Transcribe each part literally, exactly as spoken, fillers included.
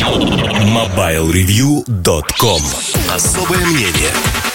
мобайл ревью точка ком. Особое мнение.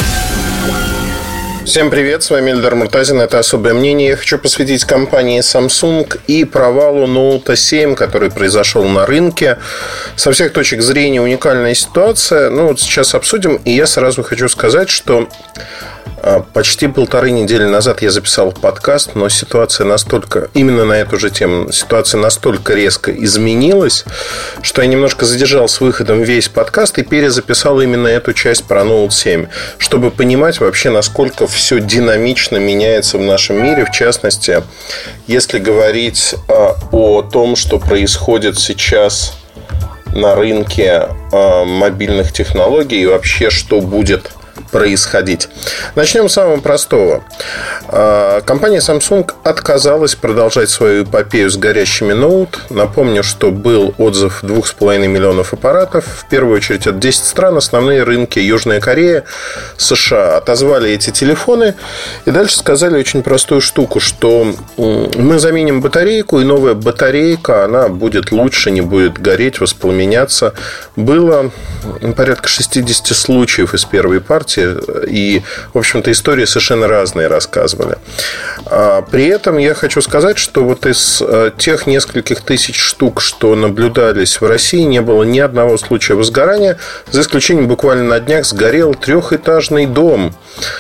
Всем привет, с вами Эльдар Муртазин, это «Особое мнение». Я хочу посвятить компании Samsung и провалу Note семь, который произошел на рынке. Со всех точек зрения уникальная ситуация. Ну, вот сейчас обсудим, и я сразу хочу сказать, что почти полторы недели назад я записал подкаст, но ситуация настолько, именно на эту же тему, ситуация настолько резко изменилась, что я немножко задержал с выходом весь подкаст и перезаписал именно эту часть про Note семь, чтобы понимать вообще, насколько все динамично меняется в нашем мире. В частности, если говорить о том, что происходит сейчас на рынке мобильных технологий и вообще, что будет происходить. Начнем с самого простого. Компания Samsung отказалась продолжать свою эпопею с горящими Note. Напомню, что был отзыв двух с половиной миллионов аппаратов. В первую очередь от десяти стран. Основные рынки: Южная Корея, США. Отозвали эти телефоны и дальше сказали очень простую штуку, что мы заменим батарейку, и новая батарейка, она будет лучше, не будет гореть, воспламеняться. Было порядка шестьдесят случаев из первой партии. И, в общем-то, истории совершенно разные рассказывали. При этом я хочу сказать, что вот из тех нескольких тысяч штук, что наблюдались в России, не было ни одного случая возгорания. За исключением, буквально на днях сгорел трехэтажный дом.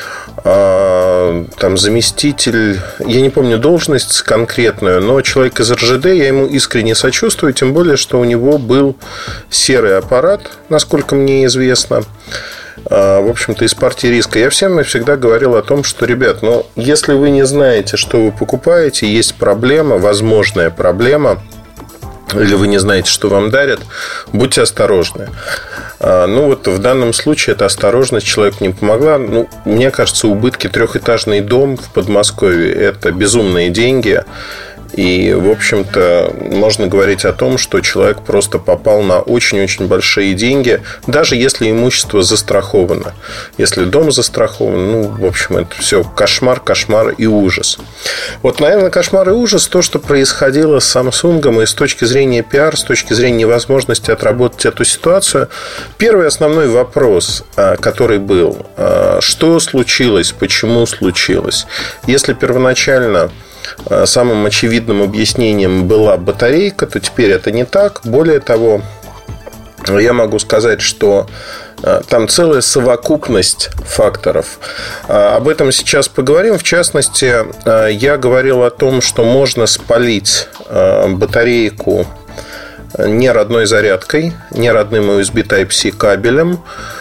Там заместитель, я не помню должность конкретную, но человек из эр жэ дэ, я ему искренне сочувствую. Тем более, что у него был серый аппарат, насколько мне известно, в общем-то, из партии риска. Я всем всегда говорил о том, что, ребят, ну, если вы не знаете, что вы покупаете, есть проблема, возможная проблема, или вы не знаете, что вам дарят, будьте осторожны. Ну, вот в данном случае эта осторожность человеку не помогла. Ну, мне кажется, убытки трехэтажный дом в Подмосковье – это безумные деньги. И, в общем-то, можно говорить о том, что человек просто попал на очень-очень большие деньги, даже если имущество застраховано. Если дом застрахован, ну, в общем, это все кошмар, кошмар и ужас. Вот, наверное, кошмар и ужас то, что происходило с Samsung, и с точки зрения пиар, с точки зрения невозможности отработать эту ситуацию. Первый основной вопрос, который был: что случилось, почему случилось? Если первоначально самым очевидным объяснением была батарейка, то теперь это не так. Более того, я могу сказать, что там целая совокупность факторов. Об этом сейчас поговорим. В частности, я говорил о том, что можно спалить батарейку не родной зарядкой, не родным ю эс би Type-C кабелем.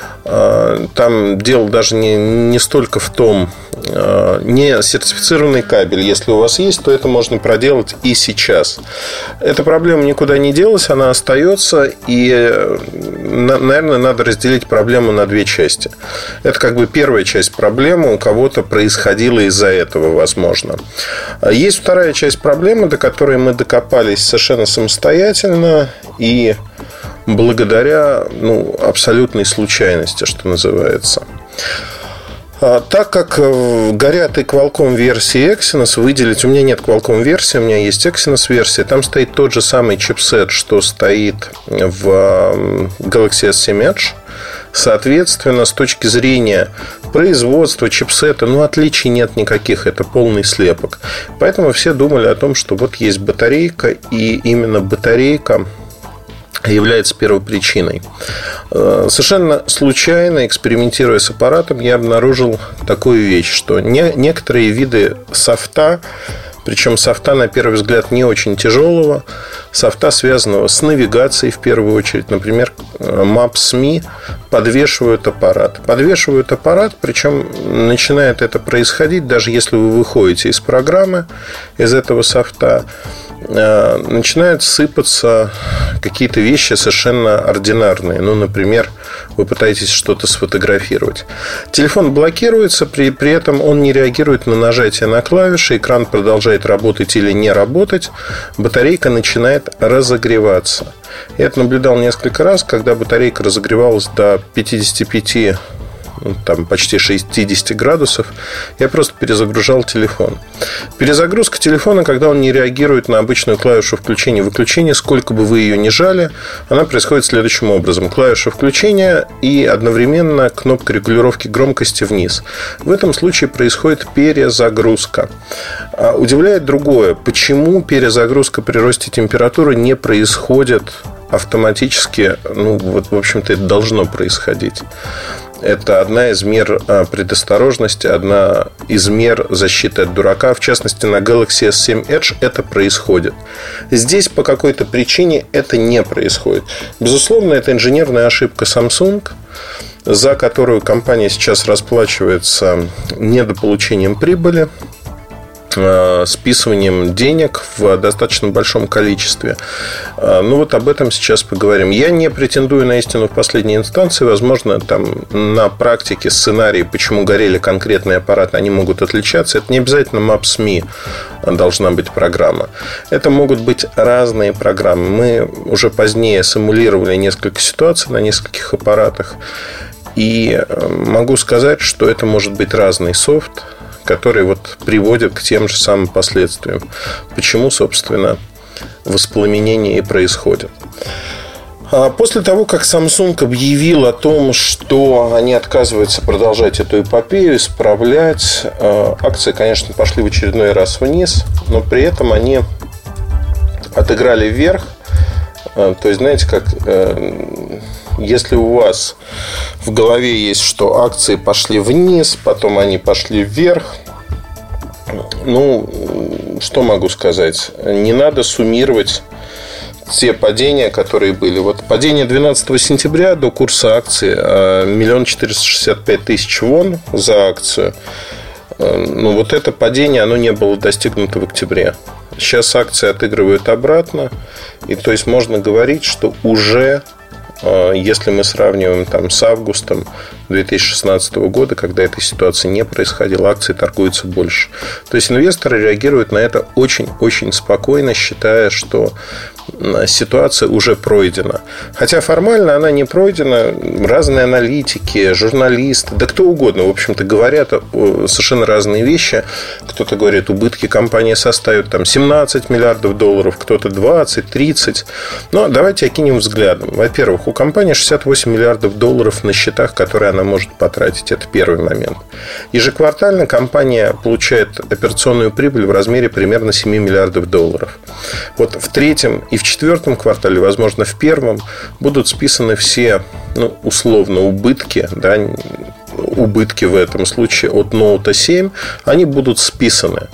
Там дело даже не, не столько в том, не сертифицированный кабель. Если у вас есть, то это можно проделать и сейчас. Эта проблема никуда не делась, она остается. И, наверное, надо разделить проблему на две части. Это как бы первая часть проблемы. У кого-то происходило из-за этого, возможно. Есть вторая часть проблемы, до которой мы докопались совершенно самостоятельно и благодаря, ну, абсолютной случайности, что называется. Так как горят и Qualcomm версии Exynos, выделить... У меня нет Qualcomm версии, у меня есть Exynos версия. Там стоит тот же самый чипсет, что стоит в Galaxy эс семь Edge. Соответственно, с точки зрения производства чипсета, ну, отличий нет никаких, это полный слепок. Поэтому все думали о том, что вот есть батарейка, и именно батарейка является первопричиной. Совершенно случайно, экспериментируя с аппаратом, я обнаружил такую вещь, что не, некоторые виды софта, причем софта, на первый взгляд, не очень тяжелого, софта, связанного с навигацией в первую очередь, например, Maps.me, подвешивают аппарат. Подвешивают аппарат, причем начинает это происходить, даже если вы выходите из программы, из этого софта, начинают сыпаться какие-то вещи совершенно ординарные. Ну, например, вы пытаетесь что-то сфотографировать. Телефон блокируется, при, при этом он не реагирует на нажатие на клавиши, экран продолжает работать или не работать, батарейка начинает разогреваться. Я это наблюдал несколько раз, когда батарейка разогревалась до пятидесяти пяти там почти шестьдесят градусов, я просто перезагружал телефон. Перезагрузка телефона, когда он не реагирует на обычную клавишу включения и выключения, сколько бы вы ее ни жали, она происходит следующим образом. Клавиша включения и одновременно кнопка регулировки громкости вниз. В этом случае происходит перезагрузка. Удивляет другое. Почему перезагрузка при росте температуры не происходит автоматически? Ну, вот, в общем-то, это должно происходить. Это одна из мер предосторожности, одна из мер защиты от дурака. В частности, на Galaxy эс семь Edge это происходит. Здесь по какой-то причине это не происходит. Безусловно, это инженерная ошибка Samsung, за которую компания сейчас расплачивается недополучением прибыли, списыванием денег в достаточно большом количестве. Ну вот об этом сейчас поговорим. Я не претендую на истину в последней инстанции. Возможно, там на практике сценарии, почему горели конкретные аппараты, они могут отличаться. Это не обязательно Maps.me должна быть программа. Это могут быть разные программы. Мы уже позднее симулировали несколько ситуаций на нескольких аппаратах. И могу сказать, что это может быть разный софт, который вот приводит к тем же самым последствиям. Почему, собственно, воспламенение и происходит. После того, как Samsung объявил о том, что они отказываются продолжать эту эпопею, исправлять, акции, конечно, пошли в очередной раз вниз, но при этом они отыграли вверх. То есть, знаете, как если у вас в голове есть, что акции пошли вниз, потом они пошли вверх, ну, что могу сказать? Не надо суммировать те падения, которые были. Вот падение двенадцатого сентября до курса акции миллион четыреста шестьдесят пять тысяч вон за акцию. Ну, вот это падение, оно не было достигнуто в октябре. Сейчас акции отыгрывают обратно. И то есть можно говорить, что уже, если мы сравниваем там с августом две тысячи шестнадцатого года, когда этой ситуации не происходило, акции торгуются больше. То есть инвесторы реагируют на это очень-очень спокойно, считая, что ситуация уже пройдена. Хотя формально она не пройдена. Разные аналитики, журналисты, да кто угодно, в общем-то, говорят совершенно разные вещи. Кто-то говорит, убытки компании составят там семнадцать миллиардов долларов, кто-то двадцать, тридцать. Но давайте окинем взглядом. Во-первых, у компании шестьдесят восемь миллиардов долларов на счетах, которые она может потратить. Это первый момент. Ежеквартально компания получает операционную прибыль в размере примерно семь миллиардов долларов. Вот в третьем и в четвертом квартале, возможно, в первом, будут списаны все, ну, условно, убытки, да, убытки в этом случае от Note семь, они будут списаны.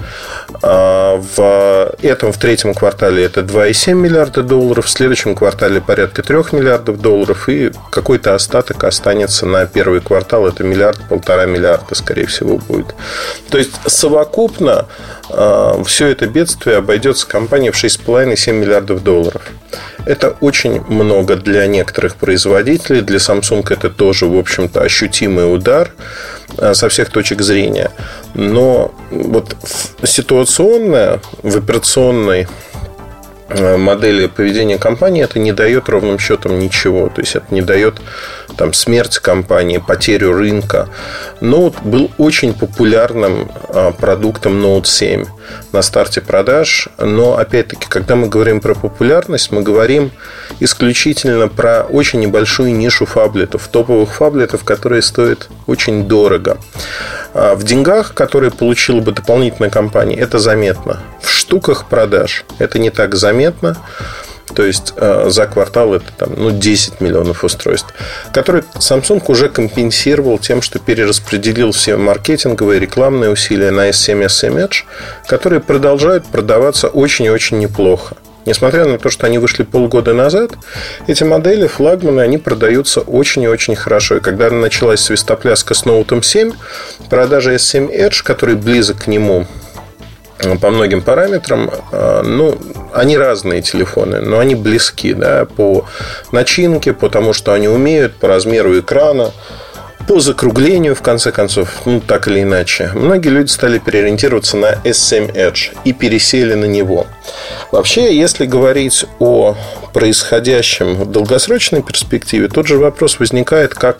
В этом, в третьем квартале это два целых семь десятых миллиарда долларов, в следующем квартале порядка три миллиардов долларов, и какой-то остаток останется на первый квартал, это миллиард-полтора миллиарда, скорее всего, будет. То есть совокупно все это бедствие обойдется компании в шесть целых пять десятых - семь миллиардов долларов. Это очень много для некоторых производителей. Для Samsung это тоже, в общем-то, ощутимый удар со всех точек зрения. Но вот ситуационно, в операционной модели поведения компании это не дает ровным счетом ничего. То есть это не дает там смерть компании, потерю рынка. Note был очень популярным продуктом Note семь на старте продаж. Но опять-таки, когда мы говорим про популярность, мы говорим исключительно про очень небольшую нишу фаблетов, топовых фаблетов, которые стоят очень дорого. В деньгах, которые получила бы дополнительная компания, это заметно. В штуках продаж это не так заметно. То есть за квартал это там, ну, десять миллионов устройств, которые Samsung уже компенсировал тем, что перераспределил все маркетинговые, рекламные усилия на эс семь, эс семь Edge, которые продолжают продаваться очень и очень неплохо. Несмотря на то, что они вышли полгода назад, эти модели, флагманы, они продаются очень и очень хорошо. И когда началась свистопляска с Note семь, продажи эс семь Edge, который близок к нему по многим параметрам, ну, они разные телефоны, но они близки, да, по начинке, по тому, что они умеют, по размеру экрана, по закруглению, в конце концов, ну, так или иначе. Многие люди стали переориентироваться на эс семь Edge и пересели на него. Вообще, если говорить о происходящем в долгосрочной перспективе, тот же вопрос возникает, как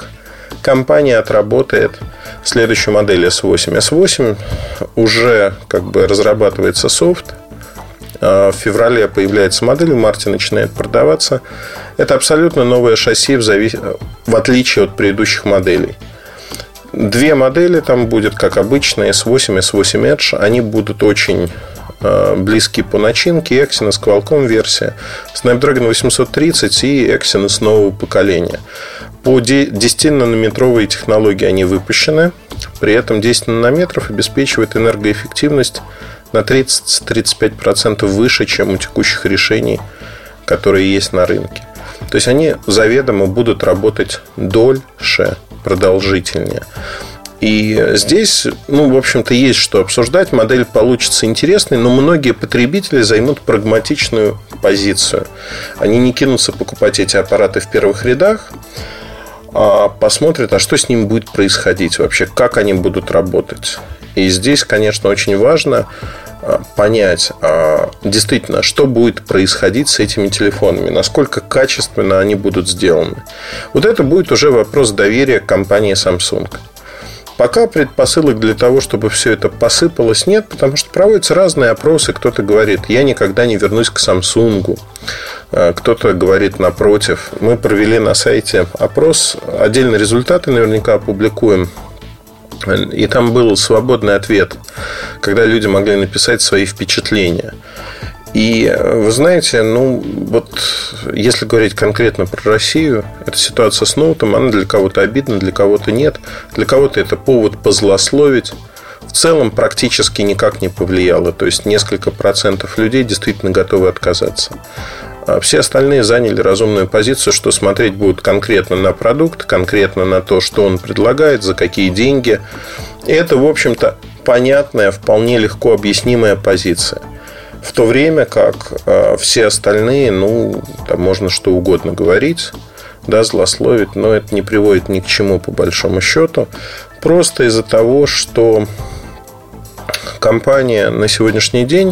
компания отработает следующую модель эс восемь. эс восемь уже как бы разрабатывается софт. В феврале появляется модель, в марте начинает продаваться. Это абсолютно новое шасси в, завис... в отличие от предыдущих моделей. Две модели там будет, как обычно, эс восемь, эс восемь Edge. Они будут очень э, близки по начинке. Exynos, Qualcomm версия, Snapdragon восемьсот тридцать и Exynos нового поколения. По десятинанометровой технологии они выпущены. При этом десять нанометров обеспечивает энергоэффективность на тридцать-тридцать пять процентов выше, чем у текущих решений, которые есть на рынке. То есть они заведомо будут работать дольше, продолжительнее. И здесь, ну, в общем-то, есть что обсуждать. Модель получится интересной, но многие потребители займут прагматичную позицию. Они не кинутся покупать эти аппараты в первых рядах, а посмотрят, а что с ними будет происходить вообще, как они будут работать. И здесь, конечно, очень важно понять, действительно, что будет происходить с этими телефонами, насколько качественно они будут сделаны. Вот это будет уже вопрос доверия к компании Samsung. Пока предпосылок для того, чтобы все это посыпалось, нет, потому что проводятся разные опросы. Кто-то говорит, я никогда не вернусь к Samsung. Кто-то говорит, напротив. Мы провели на сайте опрос. Отдельно результаты наверняка опубликуем. И там был свободный ответ, когда люди могли написать свои впечатления. И вы знаете, ну вот если говорить конкретно про Россию, эта ситуация с ноутом, она для кого-то обидна, для кого-то нет. Для кого-то это повод позлословить. В целом практически никак не повлияло. То есть несколько процентов людей действительно готовы отказаться. А все остальные заняли разумную позицию, что смотреть будут конкретно на продукт, конкретно на то, что он предлагает, за какие деньги. И это, в общем-то, понятная, вполне легко объяснимая позиция. В то время как э, все остальные, ну, там можно что угодно говорить, да, злословить, но это не приводит ни к чему по большому счету. Просто из-за того, что компания на сегодняшний день,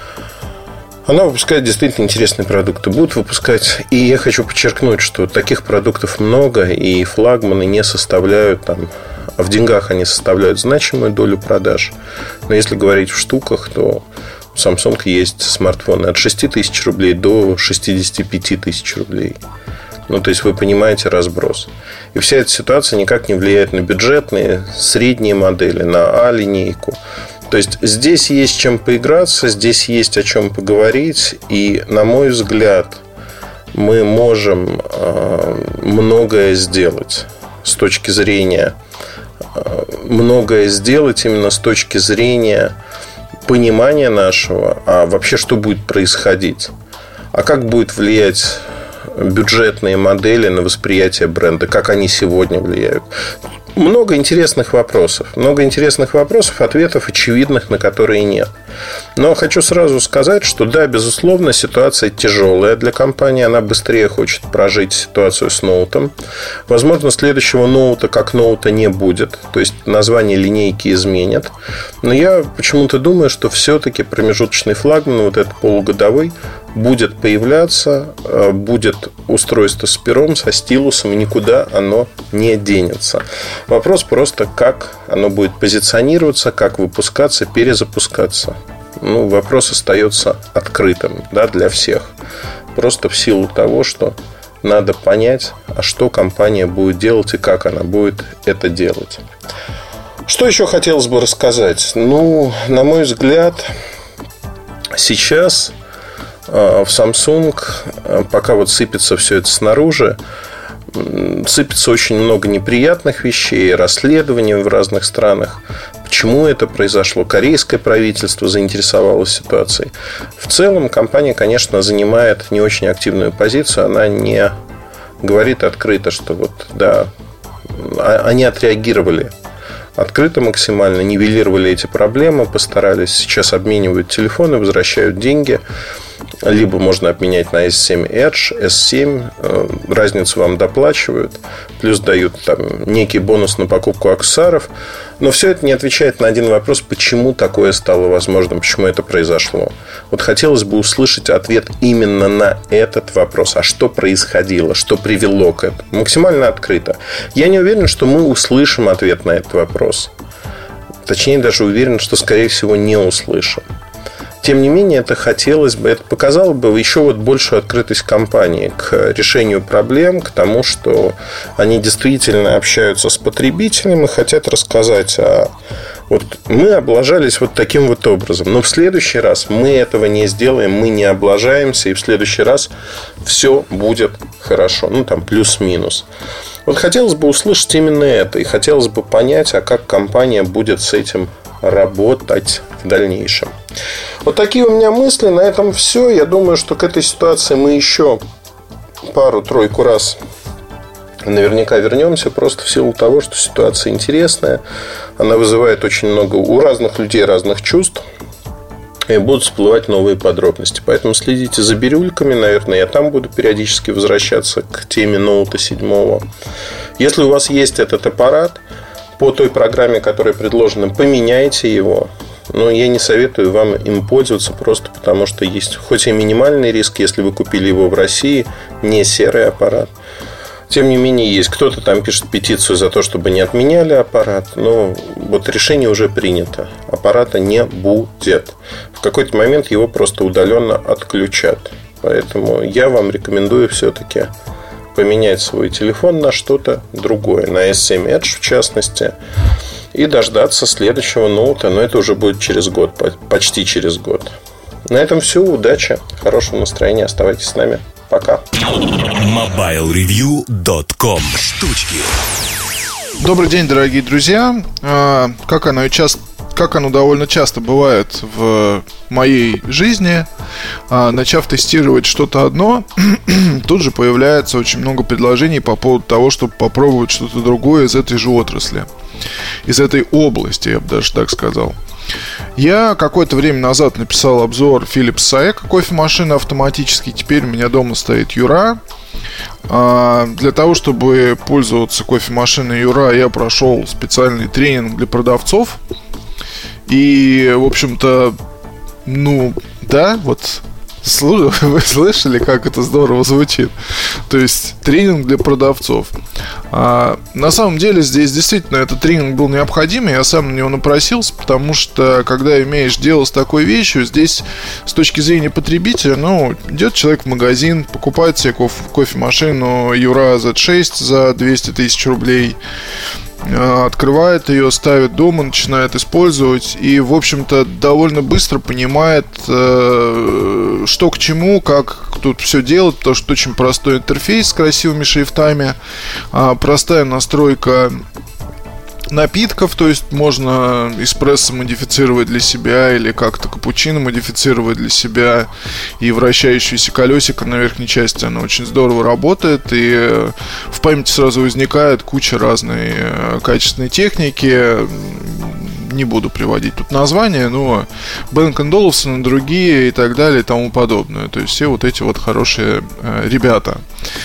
она выпускает действительно интересные продукты. Будут выпускать. И я хочу подчеркнуть, что таких продуктов много, и флагманы не составляют там, в деньгах они составляют значимую долю продаж. Но если говорить в штуках, то у Samsung есть смартфоны от шести тысяч рублей до шестидесяти пяти тысяч рублей. Ну, то есть вы понимаете разброс. И вся эта ситуация никак не влияет на бюджетные, средние модели, на А-линейку. То есть здесь есть чем поиграться, здесь есть о чем поговорить. И, на мой взгляд, мы можем э, многое сделать с точки зрения э, многое сделать именно с точки зрения понимания нашего, а вообще что будет происходить, а как будет влиять бюджетные модели на восприятие бренда, как они сегодня влияют. Много интересных вопросов. Много интересных вопросов, ответов очевидных, на которые нет. Но хочу сразу сказать, что да, безусловно, ситуация тяжелая для компании. Она быстрее хочет прожить ситуацию с ноутом. Возможно, следующего ноута как ноута не будет. То есть название линейки изменят. Но я почему-то думаю, что все-таки промежуточный флагман, вот этот полугодовой, будет появляться. Будет устройство с пером, со стилусом, и никуда оно не денется. Вопрос просто, как оно будет позиционироваться, как выпускаться, перезапускаться. Ну, вопрос остается открытым, да, для всех. Просто в силу того, что надо понять, а что компания будет делать и как она будет это делать. Что еще хотелось бы рассказать? Ну, на мой взгляд, сейчас в Samsung, пока вот сыпется все это снаружи, сыпется очень много неприятных вещей, расследований в разных странах. Почему это произошло? Корейское правительство заинтересовалось ситуацией. В целом компания, конечно, занимает не очень активную позицию. Она не говорит открыто, что вот, да, они отреагировали открыто максимально, нивелировали эти проблемы, постарались, сейчас обменивают телефоны, возвращают деньги. Либо можно обменять на эс семь Edge, эс семь. Разницу вам доплачивают. Плюс дают там некий бонус на покупку аксессуаров. Но все это не отвечает на один вопрос, почему такое стало возможным, почему это произошло. Вот хотелось бы услышать ответ именно на этот вопрос. А что происходило, что привело к этому? Максимально открыто. Я не уверен, что мы услышим ответ на этот вопрос. Точнее, даже уверен, что, скорее всего, не услышим. Тем не менее, это хотелось бы, это показало бы еще вот большую открытость компании к решению проблем, к тому, что они действительно общаются с потребителем и хотят рассказать, а вот мы облажались вот таким вот образом, но в следующий раз мы этого не сделаем, мы не облажаемся, и в следующий раз все будет хорошо, ну там плюс-минус. Вот хотелось бы услышать именно это, и хотелось бы понять, а как компания будет с этим работать в дальнейшем. Вот такие у меня мысли. На этом все. Я думаю, что к этой ситуации мы еще пару-тройку раз наверняка вернемся. Просто в силу того, что ситуация интересная. Она вызывает очень много у разных людей разных чувств. И будут всплывать новые подробности. Поэтому следите за бирюльками. Наверное, я там буду периодически возвращаться к теме ноута седьмого. Если у вас есть этот аппарат, по той программе, которая предложена, поменяйте его. Но я не советую вам им пользоваться, просто потому что есть хоть и минимальный риск, если вы купили его в России, не серый аппарат. Тем не менее, есть кто-то там пишет петицию за то, чтобы не отменяли аппарат. Но вот решение уже принято. Аппарата не будет. В какой-то момент его просто удаленно отключат. Поэтому я вам рекомендую все-таки поменять свой телефон на что-то другое, на эс семь Edge в частности, и дождаться следующего ноута, но это уже будет через год, почти через год. На этом все, удачи, хорошего настроения, оставайтесь с нами, пока. мобайл ревью точка ком. Штучки. Добрый день, дорогие друзья. Как оно и часто Как оно довольно часто бывает в моей жизни, начав тестировать что-то одно, тут же появляется очень много предложений по поводу того, чтобы попробовать что-то другое из этой же отрасли, из этой области, я бы даже так сказал. Я какое-то время назад написал обзор Philips Saeco кофемашины автоматической. Теперь у меня дома стоит Юра. Для того, чтобы пользоваться кофемашиной Юра, я прошел специальный тренинг для продавцов. И, в общем-то, ну, да, вот вы слышали, как это здорово звучит. То есть, тренинг для продавцов. а, На самом деле, здесь действительно этот тренинг был необходим. Я сам на него напросился, потому что, когда имеешь дело с такой вещью, здесь, с точки зрения потребителя, ну, идет человек в магазин, покупает себе кофе, кофемашину Юра зет шесть за двести тысяч рублей, открывает ее, ставит дома, начинает использовать и, в общем-то, довольно быстро понимает, э, что к чему, как тут все делать, потому что очень простой интерфейс с красивыми шрифтами, э, простая настройка напитков, то есть можно эспрессо модифицировать для себя или как-то капучино модифицировать для себя, и вращающееся колесико на верхней части, оно очень здорово работает, и в памяти сразу возникает куча разной качественной техники. Не буду приводить тут названия, но Бенк энд Олufsen, другие и так далее и тому подобное. То есть все вот эти вот хорошие ребята.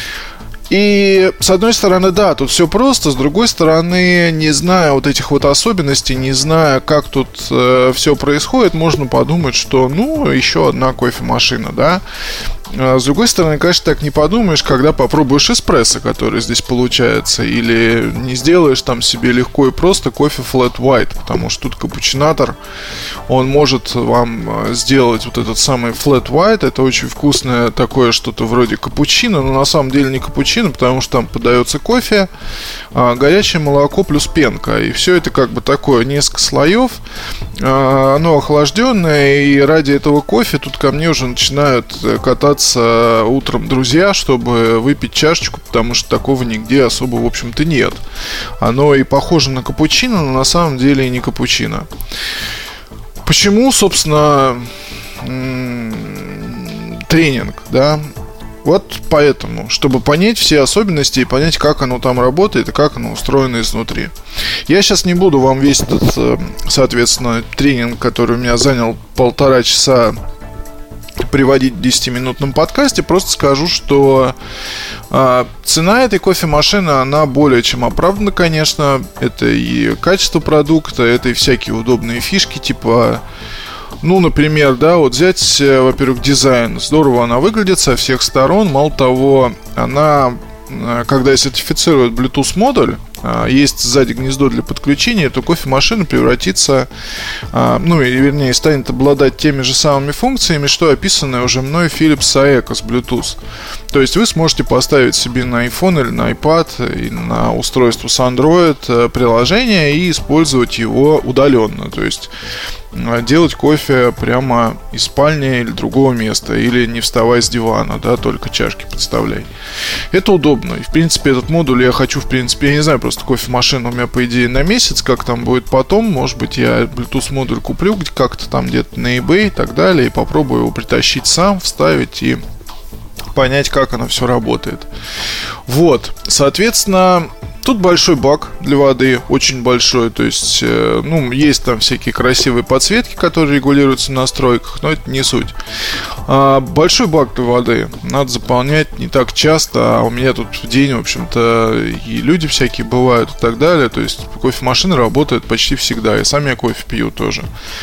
И, с одной стороны, да, тут все просто. С другой стороны, не зная вот этих вот особенностей, не зная, как тут э, все происходит, можно подумать, что, ну, еще одна кофемашина, да. С другой стороны, конечно, так не подумаешь, когда попробуешь эспрессо, который здесь получается, или не сделаешь там себе легко и просто кофе flat white, потому что тут капучинатор, он может вам сделать вот этот самый flat white. Это очень вкусное такое что-то вроде капучино, но на самом деле не капучино, потому что там подается кофе, горячее молоко плюс пенка, и все это как бы такое, несколько слоев. Оно охлажденное, и ради этого кофе тут ко мне уже начинают кататься утром друзья, чтобы выпить чашечку, потому что такого нигде особо, в общем-то, нет. Оно и похоже на капучино, но на самом деле и не капучино. Почему, собственно, тренинг, да? Вот поэтому, чтобы понять все особенности и понять, как оно там работает и как оно устроено изнутри. Я сейчас не буду вам весь этот, соответственно, тренинг, который у меня занял полтора часа, приводить в десятиминутном подкасте. Просто скажу, что э, цена этой кофемашины, она более чем оправдана, конечно. Это и качество продукта, это и всякие удобные фишки, типа... Ну, например, да, вот взять, во-первых, дизайн. Здорово она выглядит со всех сторон. Мало того, она, когда сертифицирует Bluetooth модуль, есть сзади гнездо для подключения, то кофемашина превратится, ну, или, вернее, станет обладать теми же самыми функциями, что описаны уже мной Philips Saeco с Bluetooth. То есть вы сможете поставить себе на iPhone или на iPad и на устройство с Android приложение и использовать его удаленно. То есть делать кофе прямо из спальни или другого места, или не вставая с дивана, да, только чашки подставляй. Это удобно. И, в принципе, этот модуль я хочу, в принципе, я не знаю, просто кофемашина у меня, по идее, на месяц, как там будет потом. Может быть, я Bluetooth модуль куплю как-то там где-то на eBay и так далее, и попробую его притащить сам, вставить и понять, как оно все работает. Вот, соответственно, тут большой бак для воды, очень большой. То есть, э, ну, есть там всякие красивые подсветки, которые регулируются в настройках, но это не суть. а, Большой бак для воды надо заполнять не так часто. А у меня тут в день, в общем-то, и люди всякие бывают и так далее. То есть кофемашина работает почти всегда. И сам я кофе пью тоже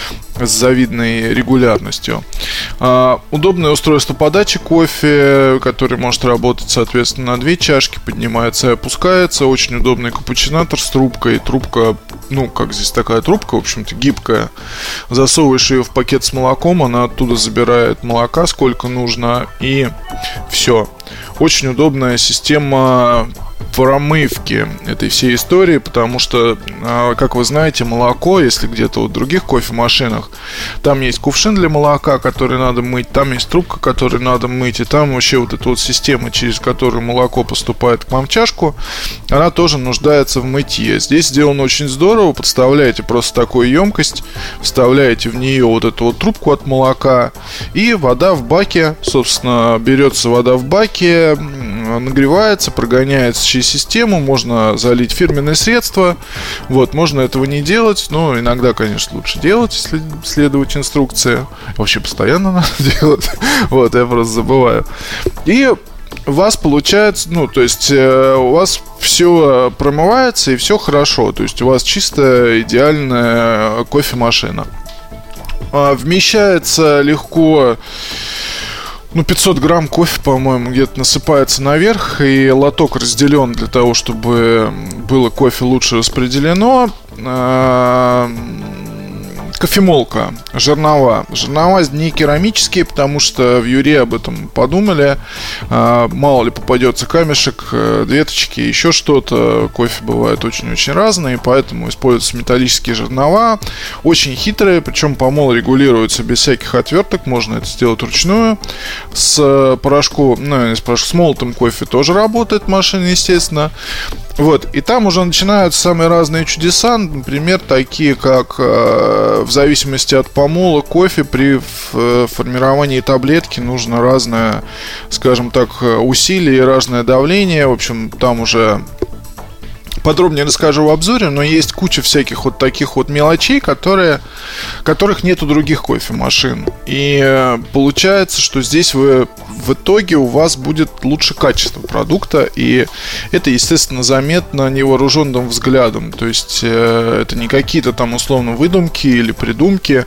с завидной регулярностью. а, Удобное устройство подачи кофе, который может работать, соответственно, на две чашки, поднимается и опускается. Очень удобный капучинатор с трубкой. Трубка, ну, как здесь такая трубка, в общем-то, гибкая. Засовываешь ее в пакет с молоком, она оттуда забирает молока сколько нужно, и все. Очень удобная система промывки этой всей истории, потому что, как вы знаете, молоко, если где-то вот в других кофемашинах, там есть кувшин для молока, который надо мыть, там есть трубка, которую надо мыть, и там вообще вот эта вот система, через которую молоко поступает к вам в чашку, она тоже нуждается в мытье. Здесь сделано очень здорово. Подставляете просто такую емкость, вставляете в нее вот эту вот трубку от молока, и вода в баке, собственно, берется вода в баке, нагревается, прогоняется через систему, можно залить фирменное средство. Вот, можно этого не делать, но иногда, конечно, лучше делать, если следовать инструкции. Вообще постоянно надо делать. Вот, я просто забываю. И у вас получается, ну, то есть э, у вас все промывается и все хорошо. То есть у вас чисто идеальная кофемашина. а, Вмещается легко. Ну, пятьсот грамм кофе, по-моему, где-то насыпается наверх, и лоток разделен для того, чтобы было кофе лучше распределено. Кофемолка, жернова. Жернова не керамические, потому что в Юре об этом подумали. Мало ли попадется камешек, веточки, еще что-то. Кофе бывает очень-очень разные, поэтому используются металлические жернова. Очень хитрые, причем помол регулируется без всяких отверток. Можно это сделать вручную. С порошком, ну, с порошком, с молотым кофе тоже работает машина, естественно. Вот, и там уже начинаются самые разные чудеса, например, такие как э, в зависимости от помола кофе при в, формировании таблетки нужно разное, скажем так, усилие и разное давление. В общем, там уже подробнее расскажу в обзоре, но есть куча всяких вот таких вот мелочей, которые, которых нет у других кофемашин. И получается, что здесь вы в итоге у вас будет лучше качество продукта, и это, естественно, заметно невооруженным взглядом. То есть э, это не какие-то там условно выдумки или придумки,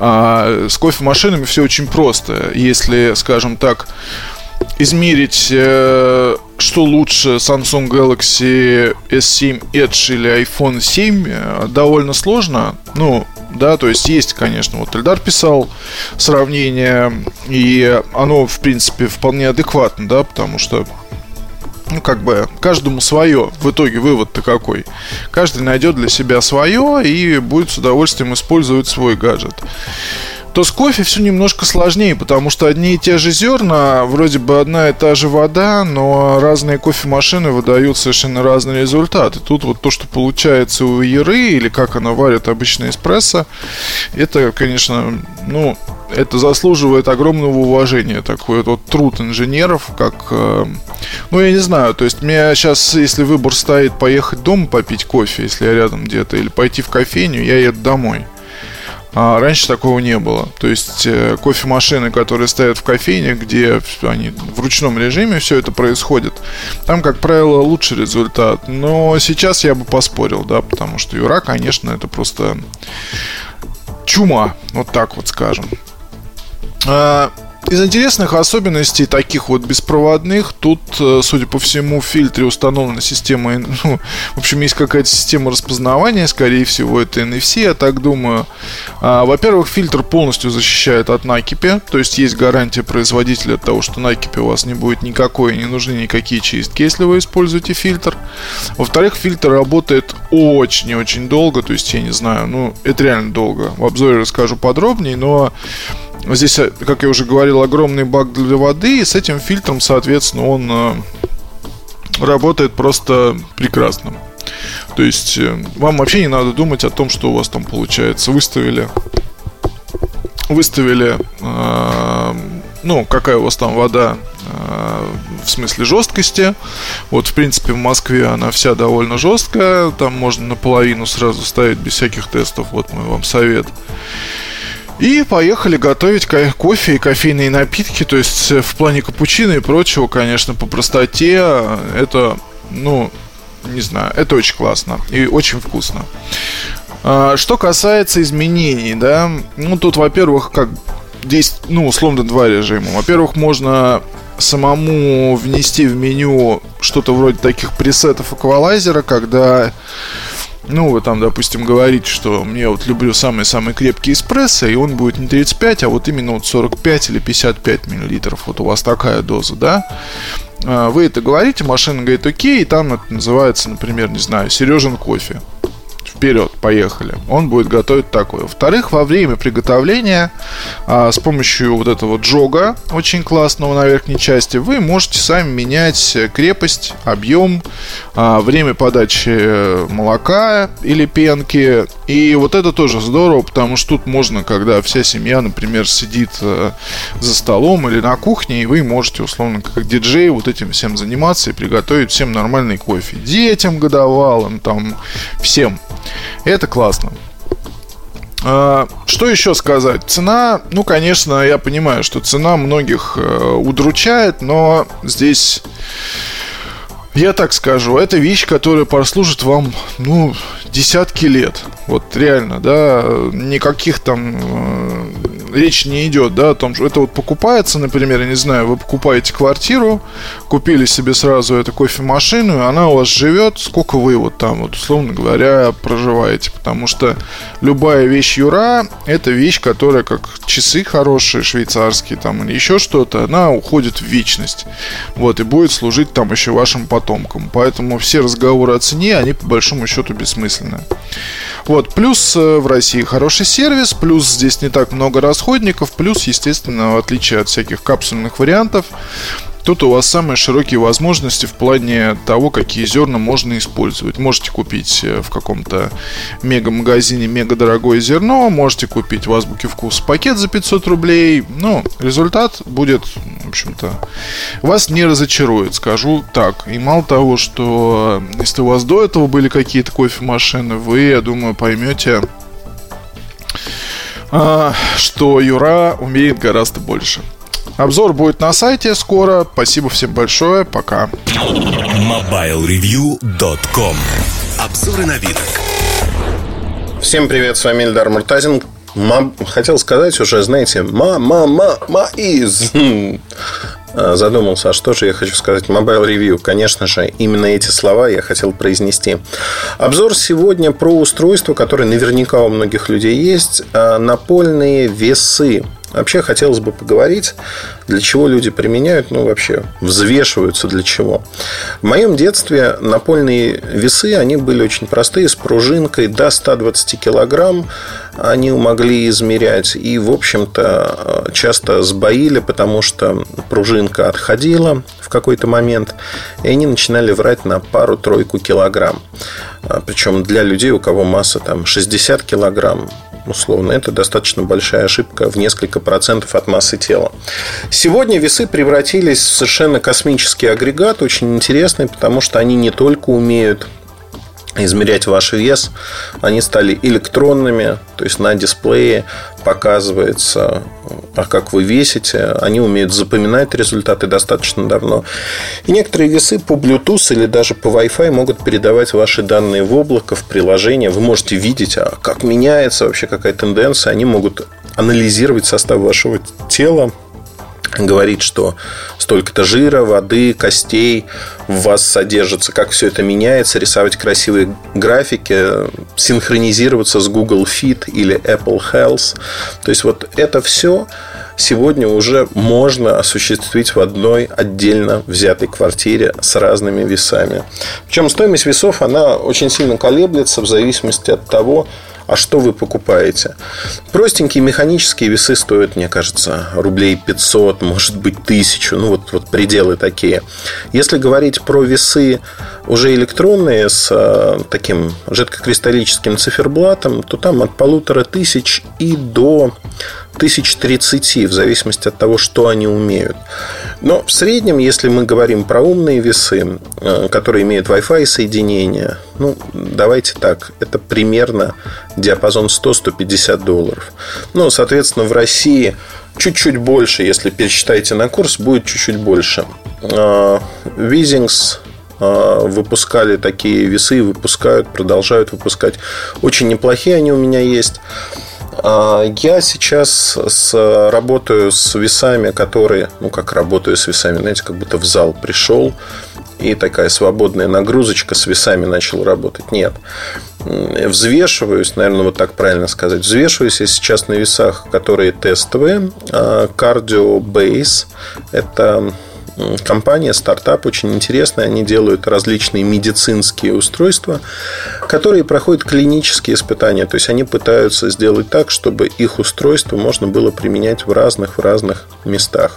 а с кофемашинами все очень просто. Если, скажем так, измерить, э, что лучше, Samsung Galaxy эс семь Edge или iPhone семь, э, довольно сложно. Ну, да, то есть есть, конечно, вот Эльдар писал сравнение, и оно, в принципе, вполне адекватно, да, потому что, ну, как бы, каждому свое. В итоге вывод-то какой? Каждый найдет для себя свое и будет с удовольствием использовать свой гаджет. То с кофе все немножко сложнее, потому что одни и те же зерна, вроде бы одна и та же вода, но разные кофемашины выдают совершенно разные результаты. Тут вот то, что получается у Яры, или как она варит обычный эспрессо, это, конечно, ну, это заслуживает огромного уважения. Такой вот труд инженеров, как, ну, я не знаю, то есть у меня сейчас, если выбор стоит поехать дома попить кофе, если я рядом где-то, или пойти в кофейню, я еду домой. А раньше такого не было. То есть кофемашины, которые стоят в кофейнях, где они в ручном режиме все это происходит, там, как правило, лучший результат. Но сейчас я бы поспорил, да, потому что Юра, конечно, это просто чума, вот так вот скажем. Из интересных особенностей таких вот беспроводных, тут, судя по всему, в фильтре установлена система, ну, в общем, есть какая-то система распознавания, скорее всего, это эн эф си, я так думаю. а, Во-первых, фильтр полностью защищает от накипи, то есть есть гарантия производителя от того, что накипи у вас не будет никакой, не нужны никакие чистки, если вы используете фильтр. Во-вторых, фильтр работает очень и очень долго, то есть, я не знаю, ну, это реально долго. В обзоре расскажу подробнее, но здесь, как я уже говорил, огромный бак для воды, и с этим фильтром, соответственно, он э, работает просто прекрасно. То есть э, вам вообще не надо думать о том, что у вас там получается. Выставили Выставили э, ну, какая у вас там вода э, в смысле жесткости. Вот, в принципе, в Москве она вся довольно жесткая. Там можно наполовину сразу ставить без всяких тестов. Вот мой вам совет. И поехали готовить кофе и кофейные напитки. То есть в плане капучино и прочего, конечно, по простоте это, ну, не знаю, это очень классно и очень вкусно. Что касается изменений, да, ну тут, во-первых, как здесь, ну, условно, два режима. Во-первых, можно самому внести в меню что-то вроде таких пресетов эквалайзера, когда, ну, вы там, допустим, говорите, что мне вот люблю самый-самый крепкий эспрессо, и он будет не тридцать пять, а вот именно вот сорок пять или пятьдесят пять миллилитров. Вот у вас такая доза, да? Вы это говорите, машина говорит окей, и там это называется, например, не знаю, Сережин кофе. Вперед, поехали. Он будет готовить такое. Во-вторых, во время приготовления а, с помощью вот этого джога, очень классного на верхней части, вы можете сами менять крепость, объем, а, время подачи молока или пенки. И вот это тоже здорово, потому что тут можно, когда вся семья, например, сидит а, за столом или на кухне, и вы можете, условно, как диджей, вот этим всем заниматься и приготовить всем нормальный кофе. Детям годовалым, там, всем. Это классно. а, Что еще сказать? Цена, ну, конечно, я понимаю, что цена многих э, удручает, но здесь, я так скажу, это вещь, которая прослужит вам, ну, десятки лет. Вот реально, да, никаких там э, речь не идет, да, о том, что это вот покупается, например, я не знаю, вы покупаете квартиру, купили себе сразу эту кофемашину, и она у вас живет, сколько вы вот там, вот, условно говоря, проживаете. Потому что любая вещь Юра, это вещь, которая, как часы хорошие, швейцарские там, или еще что-то, она уходит в вечность. Вот, и будет служить там еще вашим потомкам. Поэтому все разговоры о цене, они по большому счету бессмысленны. Вот, плюс в России хороший сервис, плюс здесь не так много расходников, плюс, естественно, в отличие от всяких капсульных вариантов, тут у вас самые широкие возможности в плане того, какие зерна можно использовать. Можете купить в каком-то мега-магазине мега-дорогое зерно, можете купить в Азбуке Вкуса пакет за пятьсот рублей. Ну, результат будет, в общем-то, вас не разочарует, скажу так. И мало того, что если у вас до этого были какие-то кофемашины, вы, я думаю, поймете, что Юра умеет гораздо больше. Обзор будет на сайте скоро. Спасибо всем большое. Пока. мобайл ревью точка ком. Обзоры новинок. Всем привет, с вами Эльдар Муртазин. Ма... Хотел сказать уже, знаете, ма-ма-ма-ма-из. Задумался, а что же я хочу сказать? Mobile Review. Конечно же, именно эти слова я хотел произнести. Обзор сегодня про устройство, которое наверняка у многих людей есть. Напольные весы. Вообще хотелось бы поговорить, для чего люди применяют, ну вообще взвешиваются для чего. В моем детстве напольные весы, они были очень простые, с пружинкой до ста двадцати килограмм. Они могли измерять и, в общем-то, часто сбоили, потому что пружинка отходила в какой-то момент, и они начинали врать на пару-тройку килограмм. Причем для людей, у кого масса там шестьдесят килограмм, условно, это достаточно большая ошибка в несколько процентов от массы тела. Сегодня весы превратились в совершенно космический агрегат, очень интересный, потому что они не только умеют измерять ваш вес, они стали электронными, то есть на дисплее показывается, а как вы весите. Они умеют запоминать результаты достаточно давно. И некоторые весы по Bluetooth или даже по Wi-Fi могут передавать ваши данные в облако, в приложение. Вы можете видеть, а как меняется вообще, какая тенденция. Они могут анализировать состав вашего тела, говорит, что столько-то жира, воды, костей в вас содержится, как все это меняется, рисовать красивые графики, синхронизироваться с Google Fit или Apple Health. То есть вот это все сегодня уже можно осуществить в одной отдельно взятой квартире с разными весами. Причем стоимость весов, она очень сильно колеблется в зависимости от того, а что вы покупаете. Простенькие механические весы стоят, мне кажется, рублей пятьсот, может быть, тысячу. Ну, вот, вот пределы такие. Если говорить про весы уже электронные с э, таким жидкокристаллическим циферблатом, то там от полутора тысяч и до тысяч тридцати, в зависимости от того, что они умеют. Но в среднем, если мы говорим про умные весы, э, которые имеют Wi-Fi соединение, ну, давайте так, это примерно диапазон сто - сто пятьдесят долларов. Ну, соответственно, в России чуть-чуть больше, если пересчитаете на курс, будет чуть-чуть больше. Withings выпускали такие весы, выпускают, продолжают выпускать. Очень неплохие они у меня есть. Я сейчас с, работаю с весами, которые, ну как работаю с весами, знаете, как будто в зал пришел и такая свободная нагрузочка с весами начал работать. Нет. Взвешиваюсь, наверное, вот так правильно сказать. Взвешиваюсь я сейчас на весах, которые тестовые. Cardio Base. Это компания, стартап очень интересная. Они делают различные медицинские устройства, которые проходят клинические испытания. То есть они пытаются сделать так, чтобы их устройство можно было применять в разных, в разных местах.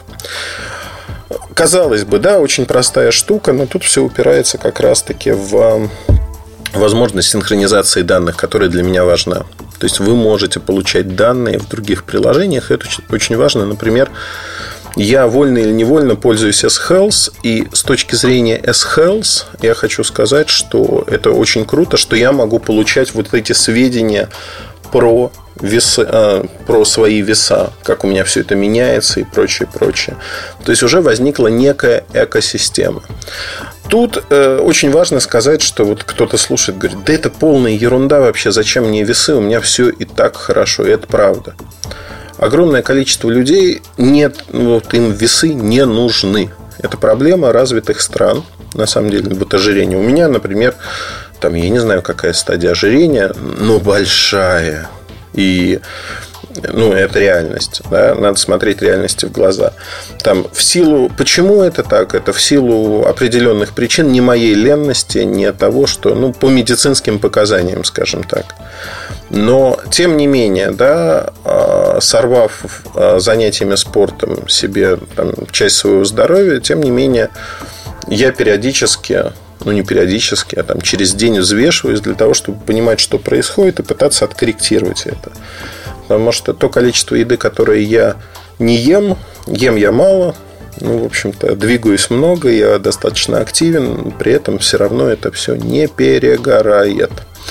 Казалось бы, да, очень простая штука, но тут все упирается как раз-таки в возможность синхронизации данных, которая для меня важна. То есть вы можете получать данные в других приложениях. Это очень важно. Например, я вольно или невольно пользуюсь S-Health. И с точки зрения S-Health я хочу сказать, что это очень круто, что я могу получать вот эти сведения про весы, а, про свои веса, как у меня все это меняется и прочее, прочее. То есть уже возникла некая экосистема. Тут э, очень важно сказать, что вот кто-то слушает, говорит, да это полная ерунда вообще, зачем мне весы, у меня все и так хорошо, и это правда. Огромное количество людей, нет, вот им весы не нужны. Это проблема развитых стран, на самом деле, вот ожирение. У меня, например, там, я не знаю, какая стадия ожирения, но большая. И, ну, это реальность, да? Надо смотреть реальности в глаза. Там, в силу... Почему это так? Это в силу определенных причин, не моей ленности, не того, что... Ну, по медицинским показаниям, скажем так. Но, тем не менее, да, сорвав занятиями спортом себе там, часть своего здоровья, тем не менее, я периодически... Ну, не периодически, а там через день взвешиваюсь для того, чтобы понимать, что происходит, и пытаться откорректировать это. Потому что то количество еды, которое я не ем, ем я мало. Ну, в общем-то, двигаюсь много, я достаточно активен. При этом все равно это все не перегорает.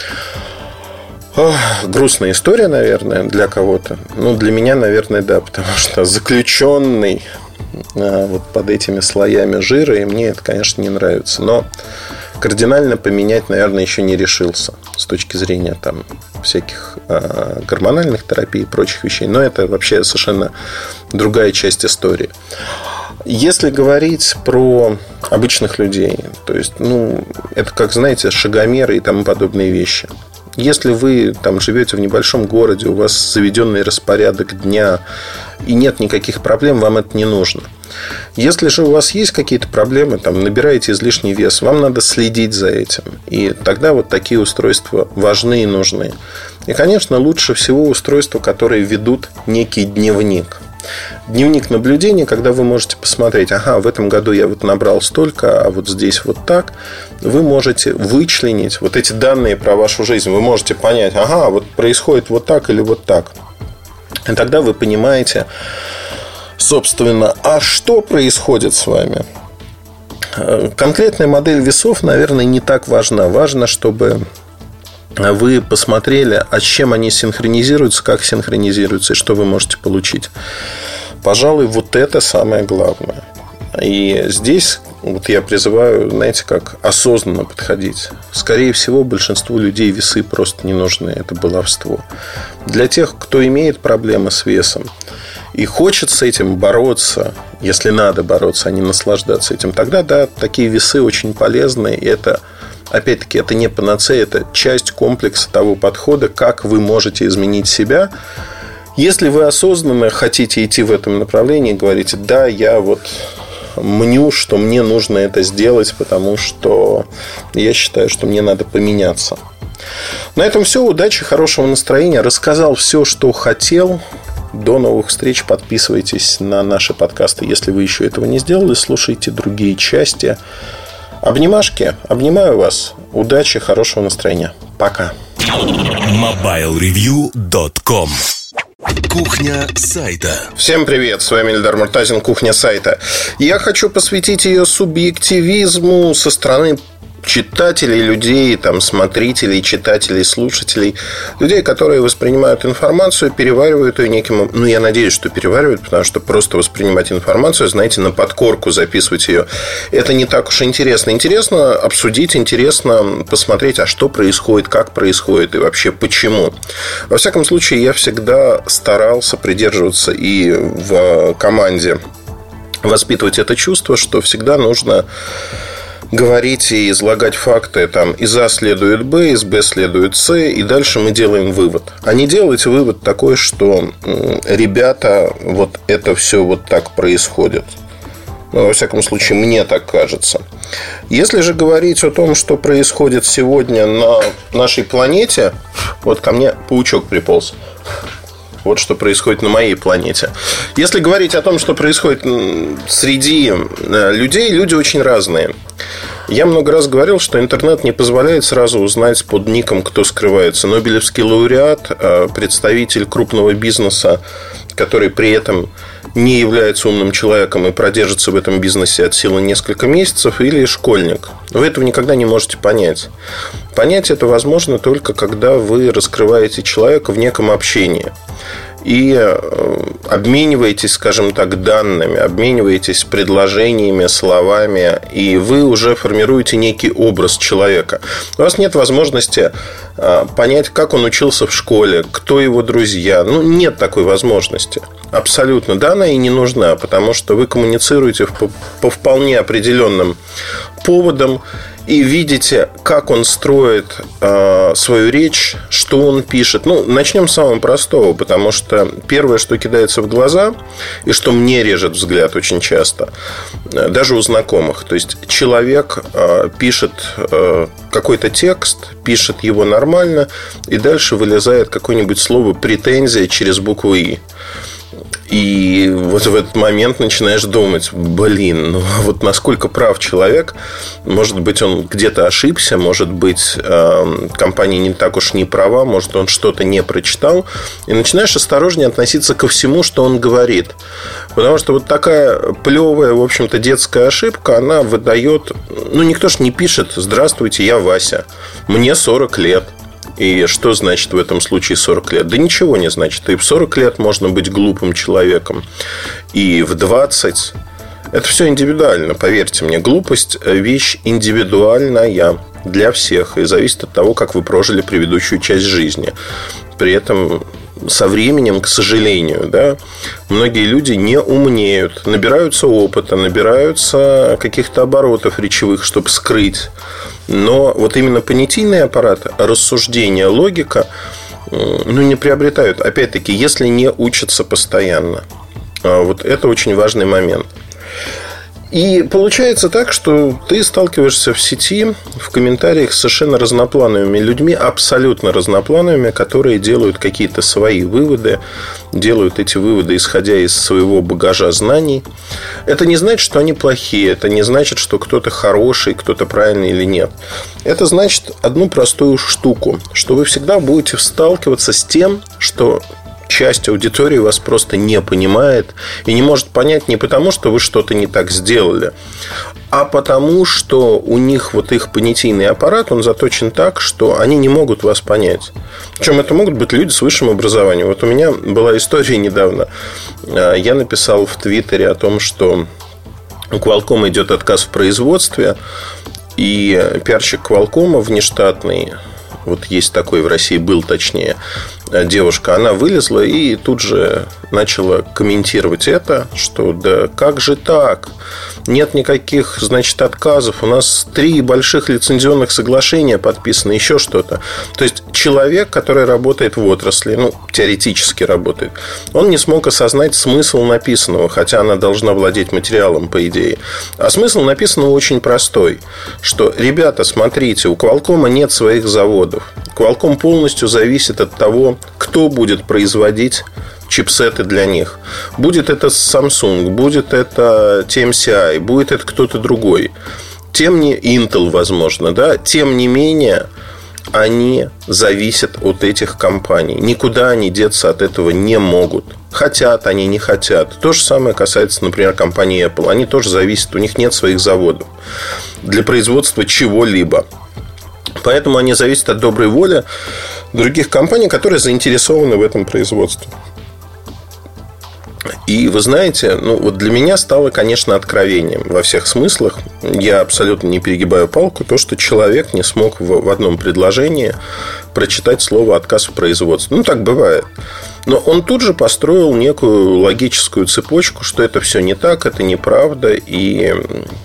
Ох, грустная история, наверное, для кого-то. Ну, для меня, наверное, да. Потому что заключенный вот под этими слоями жира, и мне это, конечно, не нравится. Но кардинально поменять, наверное, еще не решился с точки зрения там, всяких э, гормональных терапий и прочих вещей. Но это вообще совершенно другая часть истории. Если говорить про обычных людей, то есть, ну, это как, знаете, шагомеры и тому подобные вещи. Если вы там живете в небольшом городе, у вас заведенный распорядок дня и нет никаких проблем, вам это не нужно. Если же у вас есть какие-то проблемы, там, набираете излишний вес, вам надо следить за этим. И тогда вот такие устройства важны и нужны. И, конечно, лучше всего устройства, которые ведут некий дневник. Дневник наблюдения, когда вы можете посмотреть, ага, в этом году я вот набрал столько, а вот здесь вот так. Вы можете вычленить вот эти данные про вашу жизнь. Вы можете понять, ага, вот происходит вот так или вот так. И тогда вы понимаете, собственно, а что происходит с вами? конкретная модель весов, наверное, не так важна. Важно, чтобы вы посмотрели, а с чем они синхронизируются, как синхронизируются и что вы можете получить. Пожалуй, вот это самое главное. И здесь вот я призываю, знаете, как осознанно подходить. Скорее всего, большинству людей весы просто не нужны. Это баловство. Для тех, кто имеет проблемы с весом и хочет с этим бороться, если надо бороться, а не наслаждаться этим, тогда, да, такие весы очень полезны. И это, опять-таки, это не панацея, это часть комплекса того подхода, как вы можете изменить себя. Если вы осознанно хотите идти в этом направлении, говорите: да, я вот мню, что мне нужно это сделать, потому что я считаю, что мне надо поменяться. На этом все. Удачи, хорошего настроения. Рассказал все, что хотел. До новых встреч. Подписывайтесь на наши подкасты, если вы еще этого не сделали. Слушайте другие части. Обнимашки. Обнимаю вас. Удачи, хорошего настроения. Пока. мобайл ревью точка ком. Кухня сайта. Всем привет, с вами Эльдар Муртазин, Кухня сайта. Я хочу посвятить ее субъективизму со стороны читателей, людей, там, смотрителей, читателей, слушателей, людей, которые воспринимают информацию, переваривают ее неким... Ну, я надеюсь, что переваривают, потому что просто воспринимать информацию, знаете, на подкорку записывать ее, это не так уж интересно. Интересно обсудить, интересно посмотреть, а что происходит, как происходит и вообще почему. Во всяком случае, я всегда старался придерживаться и в команде воспитывать это чувство, что всегда нужно говорить и излагать факты. Там из А следует Б, из Б следует С, и дальше мы делаем вывод. А не делать вывод такой, что ребята, вот это все вот так происходит. Ну, во всяком случае, мне так кажется. Если же говорить о том, что происходит сегодня на нашей планете, вот ко мне паучок приполз. Вот что происходит на моей планете. Если говорить о том, что происходит среди людей, люди очень разные. Я много раз говорил, что интернет не позволяет сразу узнать под ником, кто скрывается. Нобелевский лауреат, представитель крупного бизнеса, который при этом не является умным человеком и продержится в этом бизнесе от силы несколько месяцев, или школьник. Вы этого никогда не можете понять. Понять это возможно только когда вы раскрываете человека в неком общении и обмениваетесь, скажем так, данными, обмениваетесь предложениями, словами, и вы уже формируете некий образ человека. У вас нет возможности понять, как он учился в школе, кто его друзья. Ну, нет такой возможности. Абсолютно. Да, она и не нужна, потому что вы коммуницируете по, по вполне определенным поводам и видите, как он строит э, свою речь, что он пишет. Ну, начнем с самого простого, потому что первое, что кидается в глаза, и что мне режет взгляд очень часто, э, даже у знакомых. То есть человек э, пишет э, какой-то текст, пишет его нормально, и дальше вылезает какое-нибудь слово «претензия» через букву «и». И вот в этот момент начинаешь думать: блин, ну вот насколько прав человек. Может быть, он где-то ошибся, может быть, компания не так уж не права, может, он что-то не прочитал. И начинаешь осторожнее относиться ко всему, что он говорит. Потому что вот такая плевая, в общем-то, детская ошибка, она выдает... Ну, никто ж не пишет: здравствуйте, я Вася, мне сорок лет. И что значит в этом случае сорок лет? Да ничего не значит. И в сорок лет можно быть глупым человеком, и в двадцать. Это все индивидуально, поверьте мне. Глупость – вещь индивидуальная для всех, и зависит от того, как вы прожили предыдущую часть жизни. При этом со временем, к сожалению, да, многие люди не умнеют, набираются опыта, набираются каких-то оборотов речевых, чтобы скрыть. Но вот именно понятийный аппарат, рассуждение, логика, ну, не приобретают. Опять-таки, если не учатся постоянно. Вот это очень важный момент. И получается так, что ты сталкиваешься в сети, в комментариях с совершенно разноплановыми людьми, абсолютно разноплановыми, которые делают какие-то свои выводы, делают эти выводы, исходя из своего багажа знаний. Это не значит, что они плохие, это не значит, что кто-то хороший, кто-то правильный или нет. Это значит одну простую штуку, что вы всегда будете сталкиваться с тем, что часть аудитории вас просто не понимает и не может понять не потому, что вы что-то не так сделали, а потому что у них вот их понятийный аппарат, он заточен так, что они не могут вас понять. Причем это могут быть люди с высшим образованием. Вот у меня была история недавно. Я написал в Твиттере о том, что у Qualcomm идет отказ в производстве, и пиарщик Qualcomm внештатный, вот есть такой в России, был точнее, девушка, она вылезла и тут же начала комментировать это, что да как же так? Нет никаких, значит, отказов. У нас три больших лицензионных соглашения подписаны, еще что-то. То есть человек, который работает в отрасли, ну, теоретически работает, он не смог осознать смысл написанного, хотя она должна владеть материалом, по идее. А смысл написанного очень простой, что, ребята, смотрите, у Qualcomm нет своих заводов. Qualcomm полностью зависит от того, кто будет производить чипсеты для них. Будет это Samsung, будет это ти эм си ай, будет это кто-то другой. Тем не Intel, возможно, да. Тем не менее, они зависят от этих компаний. Никуда они деться от этого не могут. Хотят они, не хотят. То же самое касается, например, компании Apple. Они тоже зависят, у них нет своих заводов для производства чего-либо. Поэтому они зависят от доброй воли других компаний, которые заинтересованы в этом производстве. И вы знаете, ну вот для меня стало, конечно, откровением во всех смыслах. Я абсолютно не перегибаю палку. То, что человек не смог в, в одном предложении прочитать слово «отказ в производстве». Ну, так бывает. Но он тут же построил некую логическую цепочку, что это все не так, это неправда. И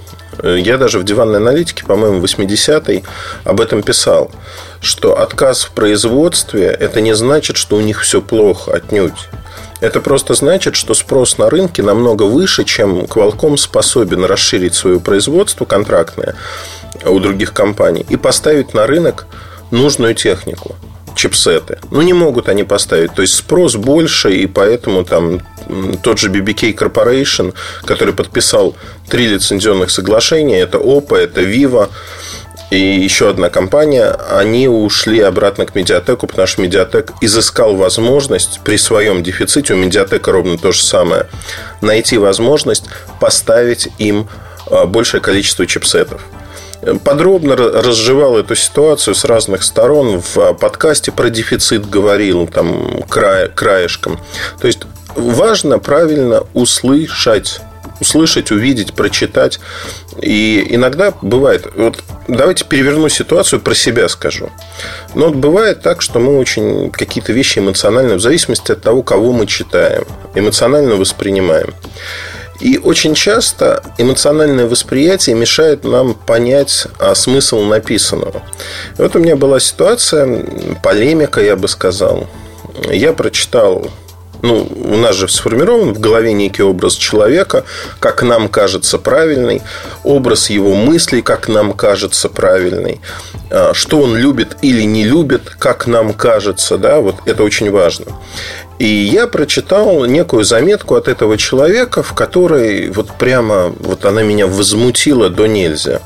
я даже в «Диванной аналитике», по-моему, восьмидесятый об этом писал, что отказ в производстве – это не значит, что у них все плохо, отнюдь. Это просто значит, что спрос на рынке намного выше, чем Qualcomm способен расширить свое производство контрактное у других компаний и поставить на рынок нужную технику, чипсеты. Ну, не могут они поставить. То есть спрос больше, и поэтому там тот же би би кей Corporation, который подписал три лицензионных соглашения, это Oppo, это Vivo и еще одна компания, они ушли обратно к Mediatek, потому что Mediatek изыскал возможность при своем дефиците, у Mediatek ровно то же самое, найти возможность поставить им большее количество чипсетов. Подробно разжевал эту ситуацию с разных сторон. В подкасте про дефицит говорил там край, краешком. То есть важно правильно услышать. Услышать, увидеть, прочитать. И иногда бывает, вот давайте переверну ситуацию, про себя скажу. Но вот бывает так, что мы очень какие-то вещи эмоционально, в зависимости от того, кого мы читаем, эмоционально воспринимаем. И очень часто эмоциональное восприятие мешает нам понять смысл написанного. И вот у меня была ситуация, полемика, я бы сказал. Я прочитал... Ну, у нас же сформирован в голове некий образ человека, как нам кажется правильный, образ его мыслей, как нам кажется правильный, что он любит или не любит, как нам кажется, да, вот это очень важно. И я прочитал некую заметку от этого человека, в которой вот прямо вот она меня возмутила до нельзя.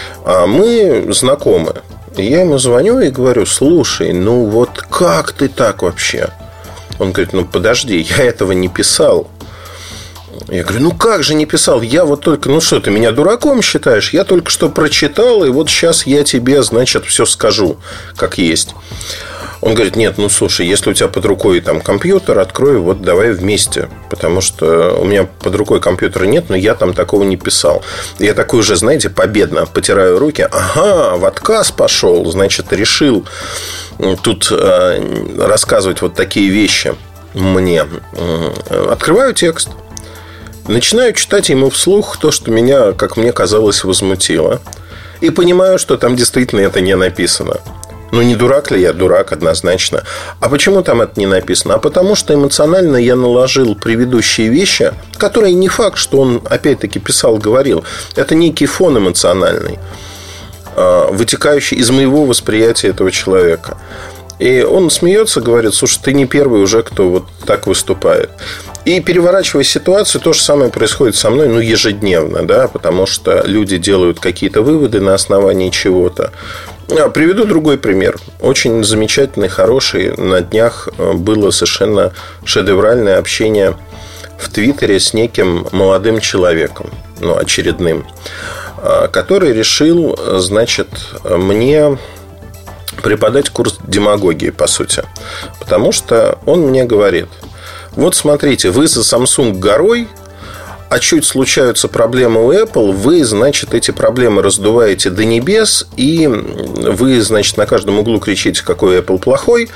Мы знакомы. Я ему звоню и говорю: слушай, ну вот как ты так вообще? Он говорит: ну подожди, я этого не писал. Я говорю: ну как же не писал? Я вот только, ну что, ты меня дураком считаешь? Я только что прочитал, и вот сейчас я тебе, значит, все скажу, как есть. Он говорит: нет, ну слушай, если у тебя под рукой там компьютер, открой, вот давай вместе. Потому что у меня под рукой компьютера нет, но я там такого не писал. Я такой уже, знаете, победно потираю руки. Ага, в отказ пошел, значит, решил тут э, рассказывать вот такие вещи мне. Открываю текст, начинаю читать ему вслух то, что меня, как мне казалось, возмутило. И понимаю, что там действительно это не написано. Ну, не дурак ли я? Дурак, однозначно. А почему там это не написано? А потому что эмоционально я наложил предыдущие вещи, которые не факт, что он опять-таки писал, говорил. Это некий фон эмоциональный, вытекающий из моего восприятия этого человека. И он смеется, говорит: слушай, ты не первый уже, кто вот так выступает. И переворачивая ситуацию, то же самое происходит со мной, ну, ежедневно, да, потому что люди делают какие-то выводы на основании чего-то. Приведу другой пример. Очень замечательный, хороший. На днях было совершенно шедевральное общение в Твиттере с неким молодым человеком, ну, очередным. который решил, значит, мне преподать курс демагогии, по сути. Потому что он мне говорит: вот смотрите, вы за Samsung горой, а чуть случаются проблемы у Apple, вы, значит, эти проблемы раздуваете до небес, и вы, значит, на каждом углу кричите, какой Apple плохой.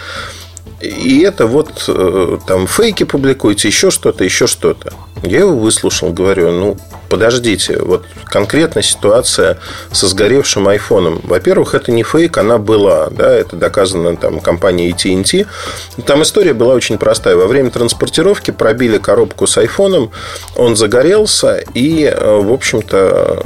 И это вот там фейки публикуете, еще что-то, еще что-то. Я его выслушал, говорю: ну, подождите, вот конкретно ситуация со сгоревшим айфоном. Во-первых, это не фейк, она была, да, это доказано там компанией эй ти энд ти. Там история была очень простая. Во время транспортировки пробили коробку с айфоном, он загорелся, и, в общем-то,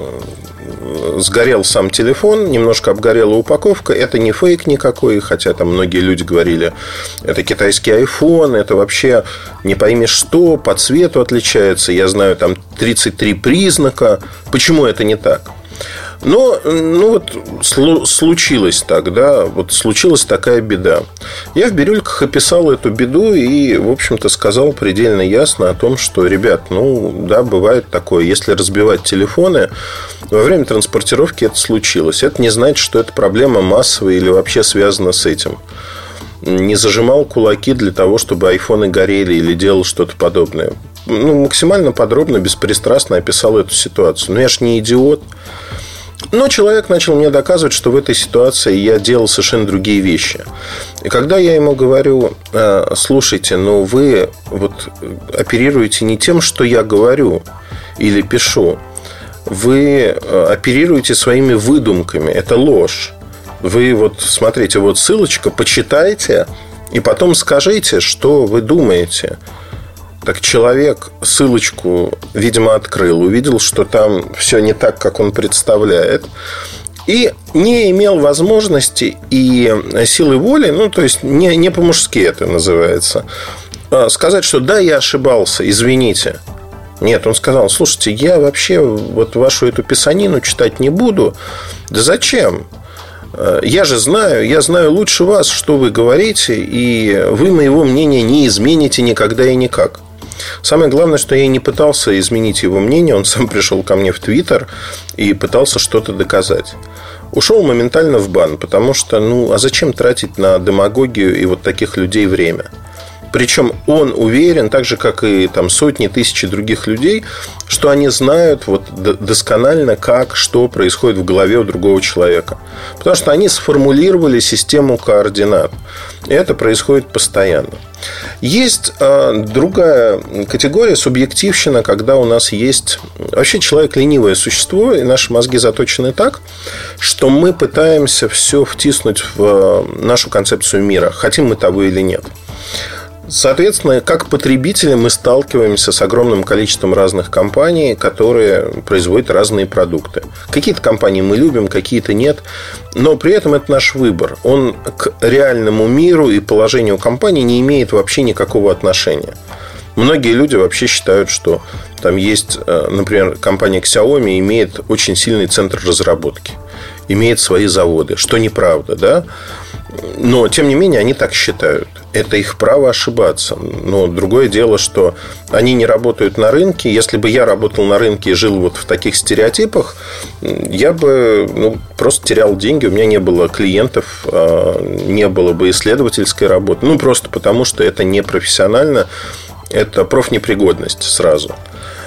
сгорел сам телефон, немножко обгорела упаковка. Это не фейк никакой, хотя там многие люди говорили: это китайский iPhone, это вообще не пойми что, по цвету отличается. Я знаю там тридцать три признака. Почему это не так? Но, ну вот, случилось так, да, вот случилась такая беда. Я в бирюльках описал эту беду и, в общем-то, сказал предельно ясно о том, что, ребят, ну, да, бывает такое. Если разбивать телефоны, во время транспортировки это случилось. Это не значит, что это проблема массовая или вообще связана с этим. Не зажимал кулаки для того, чтобы айфоны горели или делал что-то подобное. Ну, максимально подробно, беспристрастно описал эту ситуацию. Но я ж не идиот. Но человек начал мне доказывать, что в этой ситуации я делал совершенно другие вещи. И когда я ему говорю: слушайте, ну вы вот оперируете не тем, что я говорю или пишу. Вы оперируете своими выдумками. Это ложь. Вы вот смотрите, вот ссылочка, почитайте и потом скажите, что вы думаете. Так человек ссылочку, видимо, открыл, увидел, что там все не так, как он представляет, и не имел возможности и силы воли, ну, то есть не, не по-мужски это называется, сказать, что да, я ошибался, извините. Нет, он сказал: слушайте, я вообще вот вашу эту писанину читать не буду. Да зачем? Я же знаю, я знаю лучше вас, что вы говорите, и вы моего мнения не измените никогда и никак. Самое главное, что я не пытался изменить его мнение. Он сам пришел ко мне в Твиттер и пытался что-то доказать. Ушел моментально в бан, потому что, ну, а зачем тратить на демагогию и вот таких людей время? Причем он уверен, так же, как и там сотни, тысячи других людей, что они знают вот досконально, как, что происходит в голове у другого человека. Потому что они сформулировали систему координат. И это происходит постоянно. Есть э, другая категория — субъективщина, когда у нас есть... Вообще человек — ленивое существо, и наши мозги заточены так, что мы пытаемся все втиснуть в нашу концепцию мира, хотим мы того или нет. Соответственно, как потребители мы сталкиваемся с огромным количеством разных компаний, которые производят разные продукты. Какие-то компании мы любим, какие-то нет. Но при этом это наш выбор. Он к реальному миру и положению компании не имеет вообще никакого отношения. Многие люди вообще считают, что там есть, например, компания Xiaomi имеет очень сильный центр разработки, имеет свои заводы, что неправда, да? Но, тем не менее, они так считают. Это их право ошибаться. Но другое дело, что они не работают на рынке. Если бы я работал на рынке и жил вот в таких стереотипах, я бы ну, просто терял деньги. У меня не было клиентов, не было бы исследовательской работы. Ну, просто потому, что это не профессионально. Это профнепригодность сразу.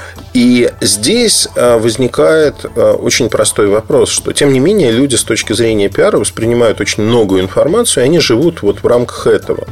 И здесь возникает очень простой вопрос, что, тем не менее, люди с точки зрения пиара воспринимают очень многую информацию, и они живут вот в рамках этого.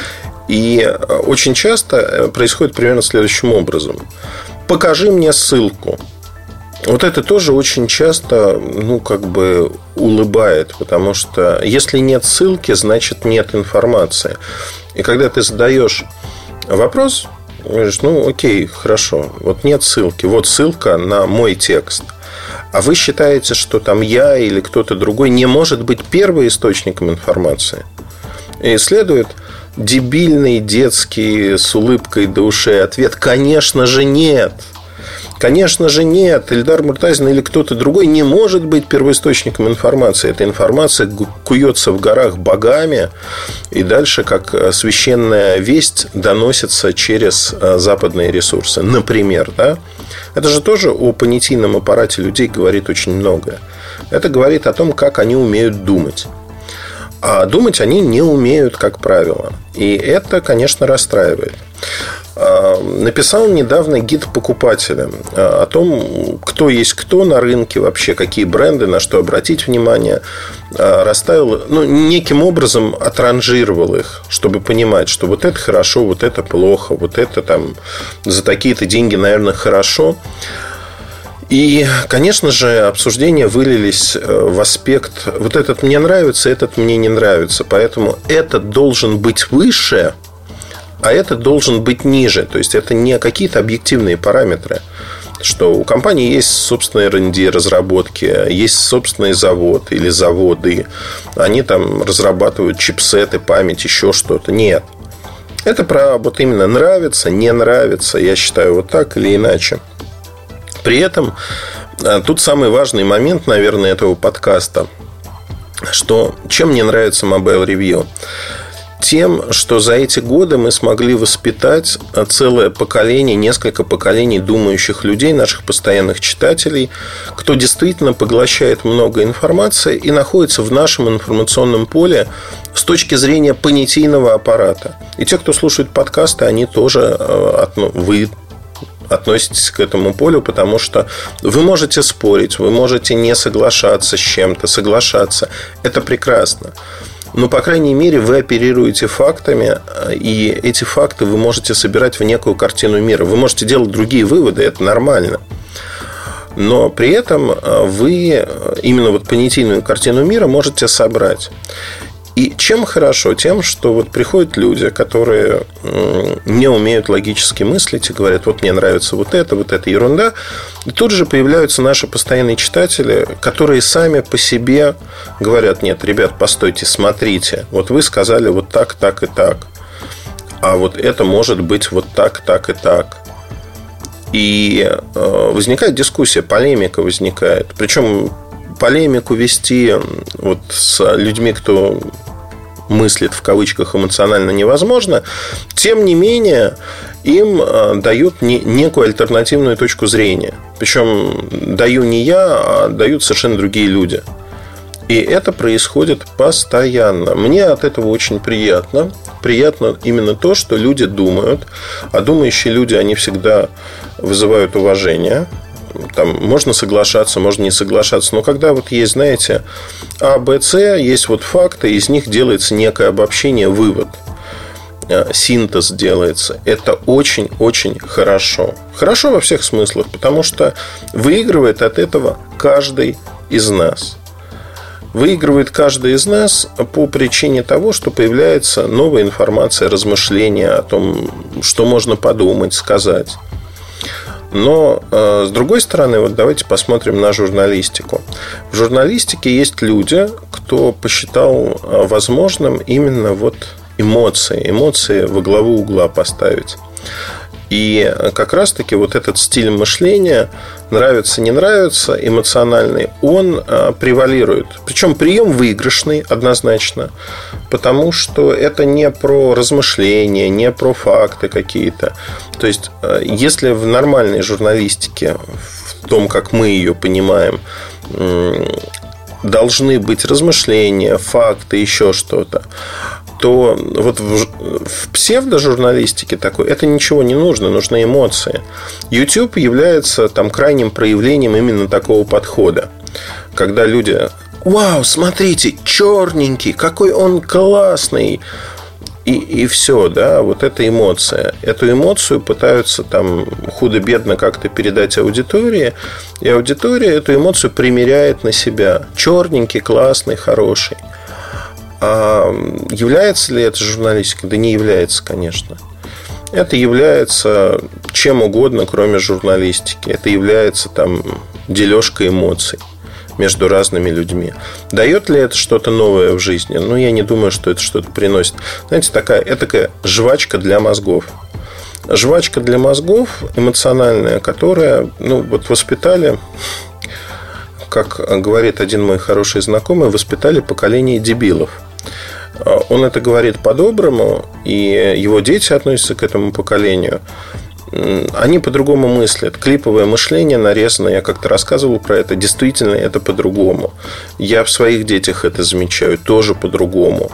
И очень часто происходит примерно следующим образом: покажи мне ссылку. Вот это тоже очень часто, ну, как бы улыбает, потому что если нет ссылки, значит нет информации. И когда ты задаешь вопрос, говоришь: ну, окей, хорошо, вот нет ссылки, вот ссылка на мой текст. А вы считаете, что там я или кто-то другой не может быть первоисточником информации? И следует дебильный, детский, с улыбкой до ушей ответ: конечно же нет. Конечно же, нет. Эльдар Муртазин или кто-то другой не может быть первоисточником информации. Эта информация куется в горах богами, и дальше, как священная весть, доносится через западные ресурсы. Например, да? Это же тоже о понятийном аппарате людей говорит очень многое. Это говорит о том, как они умеют думать. А думать они не умеют, как правило. И это, конечно, расстраивает. Написал недавно гид покупателя о том, кто есть кто на рынке вообще, какие бренды, на что обратить внимание. Расставил, ну, неким образом отранжировал их, чтобы понимать, что вот это хорошо, вот это плохо, вот это там за такие-то деньги, наверное, хорошо. И, конечно же, обсуждения вылились в аспект: вот этот мне нравится, этот мне не нравится. Поэтому этот должен быть выше, а этот должен быть ниже. То есть это не какие-то объективные параметры, что у компании есть собственные эр энд ди разработки, есть собственный завод или заводы. Они там разрабатывают чипсеты, память, еще что-то. Нет. Это про вот именно нравится, не нравится. Я считаю, вот так или иначе. При этом тут самый важный момент, наверное, этого подкаста, что чем мне нравится Mobile Review? Тем, что за эти годы мы смогли воспитать целое поколение, несколько поколений думающих людей, наших постоянных читателей, кто действительно поглощает много информации и находится в нашем информационном поле с точки зрения понятийного аппарата. И те, кто слушает подкасты, они тоже, вы относитесь к этому полю, потому что вы можете спорить, вы можете не соглашаться с чем-то, соглашаться. Это прекрасно. Но, по крайней мере, вы оперируете фактами, и эти факты вы можете собирать в некую картину мира. Вы можете делать другие выводы, это нормально. Но при этом вы именно вот понятийную картину мира можете собрать. И чем хорошо? Тем, что вот приходят люди, которые не умеют логически мыслить и говорят: вот мне нравится вот это, вот эта ерунда. И тут же появляются наши постоянные читатели, которые сами по себе говорят: нет, ребят, постойте, смотрите, вот вы сказали вот так, так и так, а вот это может быть вот так, так и так. И возникает дискуссия, полемика возникает. Причем полемику вести вот с людьми, кто мыслит в кавычках эмоционально, невозможно. Тем не менее, им дают некую альтернативную точку зрения. Причем даю не я, а дают совершенно другие люди. И это происходит постоянно. Мне от этого очень приятно. Приятно именно то, что люди думают. А думающие люди, они всегда вызывают уважение. Там можно соглашаться, можно не соглашаться. Но когда вот есть, знаете, А, Б, С, есть вот факты, из них делается некое обобщение, вывод, синтез делается. Это очень-очень хорошо. Хорошо во всех смыслах, потому что выигрывает от этого каждый из нас. Выигрывает каждый из нас по причине того, что появляется новая информация, размышления о том, что можно подумать, сказать. Но, с другой стороны, вот давайте посмотрим на журналистику. В журналистике есть люди, кто посчитал возможным именно вот эмоции, эмоции во главу угла поставить. И как раз-таки вот этот стиль мышления, нравится, не нравится, эмоциональный, он превалирует. Причем прием выигрышный однозначно, потому что это не про размышления, не про факты какие-то. То есть, если в нормальной журналистике, в том, как мы ее понимаем, должны быть размышления, факты, еще что-то, то вот в, в псевдожурналистике такой это ничего не нужно, нужны эмоции. YouTube является там крайним проявлением именно такого подхода, когда люди: вау, смотрите, черненький, какой он классный. И, и все, да, вот эта эмоция. Эту эмоцию пытаются там худо-бедно как-то передать аудитории, и аудитория эту эмоцию примеряет на себя. Черненький, классный, хороший. А является ли это журналистикой? Да не является, конечно. Это является чем угодно, кроме журналистики. Это является там дележкой эмоций между разными людьми. Дает ли это что-то новое в жизни? Ну, я не думаю, что это что-то приносит. Знаете, такая этакая жвачка для мозгов. жвачка для мозгов эмоциональная, которая, ну, вот воспитали, как говорит один мой хороший знакомый, воспитали поколение дебилов. Он это говорит по-доброму, и его дети относятся к этому поколению. Они по-другому мыслят. Клиповое мышление нарезано, я как-то рассказывал про это. Действительно, это по-другому. Я в своих детях это замечаю тоже по-другому.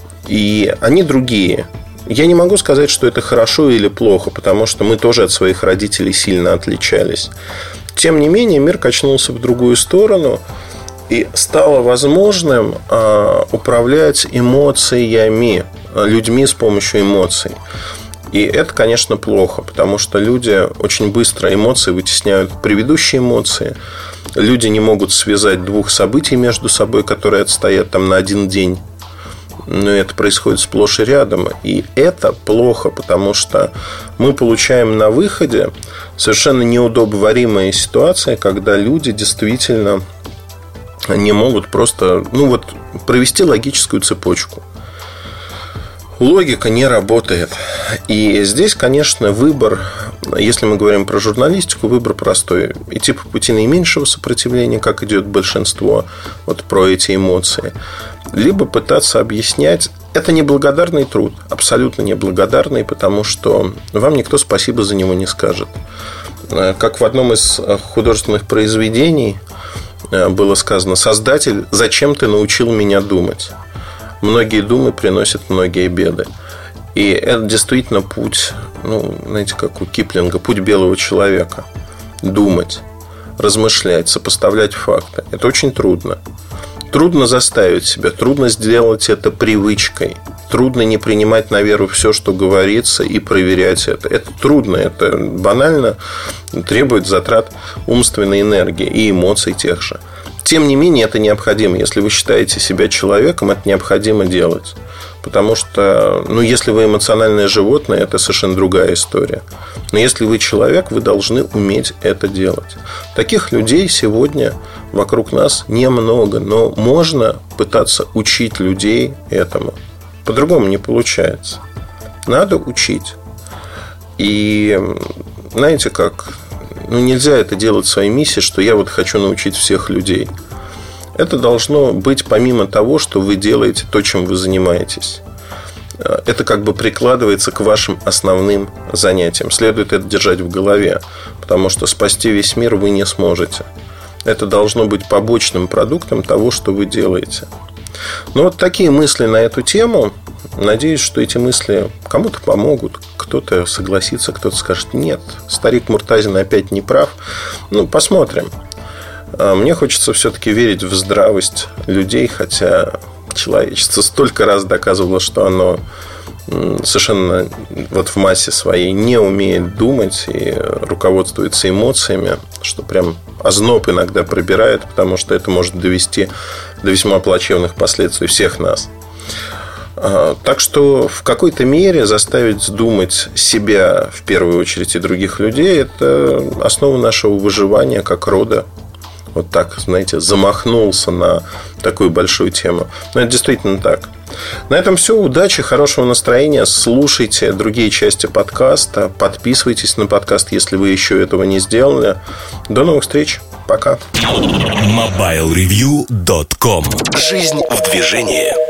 И они другие. Я не могу сказать, что это хорошо или плохо, потому что мы тоже от своих родителей сильно отличались. Тем не менее, мир качнулся в другую сторону, и стало возможным э, управлять эмоциями, людьми с помощью эмоций. И это, конечно, плохо, потому что люди очень быстро эмоции вытесняют предыдущие эмоции. Люди не могут связать двух событий между собой, которые отстоят там на один день. Но это происходит сплошь и рядом. И это плохо, потому что мы получаем на выходе совершенно неудобоваримые ситуации, когда люди действительно не могут просто, ну вот, провести логическую цепочку. Логика не работает. И здесь, конечно, выбор, если мы говорим про журналистику, выбор простой. Идти по пути наименьшего сопротивления, как идет большинство, вот про эти эмоции. Либо пытаться объяснять. Это неблагодарный труд, абсолютно неблагодарный, потому что вам никто спасибо за него не скажет. Как в одном из художественных произведений было сказано: «Создатель, зачем ты научил меня думать?» Многие думы приносят многие беды. И это действительно путь, ну, знаете, как у Киплинга, путь белого человека. Думать, размышлять, сопоставлять факты. Это очень трудно. Трудно заставить себя, трудно сделать это привычкой. Трудно не принимать на веру все, что говорится, и проверять это. Это трудно, это банально требует затрат умственной энергии и эмоций тех же. Тем не менее, это необходимо. Если вы считаете себя человеком, это необходимо делать. Потому что, ну, если вы эмоциональное животное, это совершенно другая история. Но если вы человек, вы должны уметь это делать. Таких людей сегодня вокруг нас немного. Но можно пытаться учить людей этому. По-другому не получается. Надо учить. И знаете как... Ну, нельзя это делать своей миссией, что я вот хочу научить всех людей. Это должно быть помимо того, что вы делаете то, чем вы занимаетесь. Это как бы прикладывается к вашим основным занятиям. Следует это держать в голове, потому что спасти весь мир вы не сможете. Это должно быть побочным продуктом того, что вы делаете. Ну, вот такие мысли на эту тему. Надеюсь, что эти мысли кому-то помогут. Кто-то согласится, кто-то скажет: нет, старик Муртазин опять не прав. Ну, посмотрим. Мне хочется все-таки верить в здравость людей, хотя человечество столько раз доказывало, что оно совершенно вот в массе своей не умеет думать и руководствуется эмоциями, что прям озноб иногда пробирает, потому что это может довести до весьма плачевных последствий всех нас. Так что в какой-то мере заставить думать себя в первую очередь и других людей — это основа нашего выживания как рода. Вот так, знаете, замахнулся на такую большую тему. Но это действительно так. На этом все. Удачи, хорошего настроения. Слушайте другие части подкаста. Подписывайтесь на подкаст, если вы еще этого не сделали. До новых встреч. Пока. мобайл ревью точка ком. Жизнь в движении.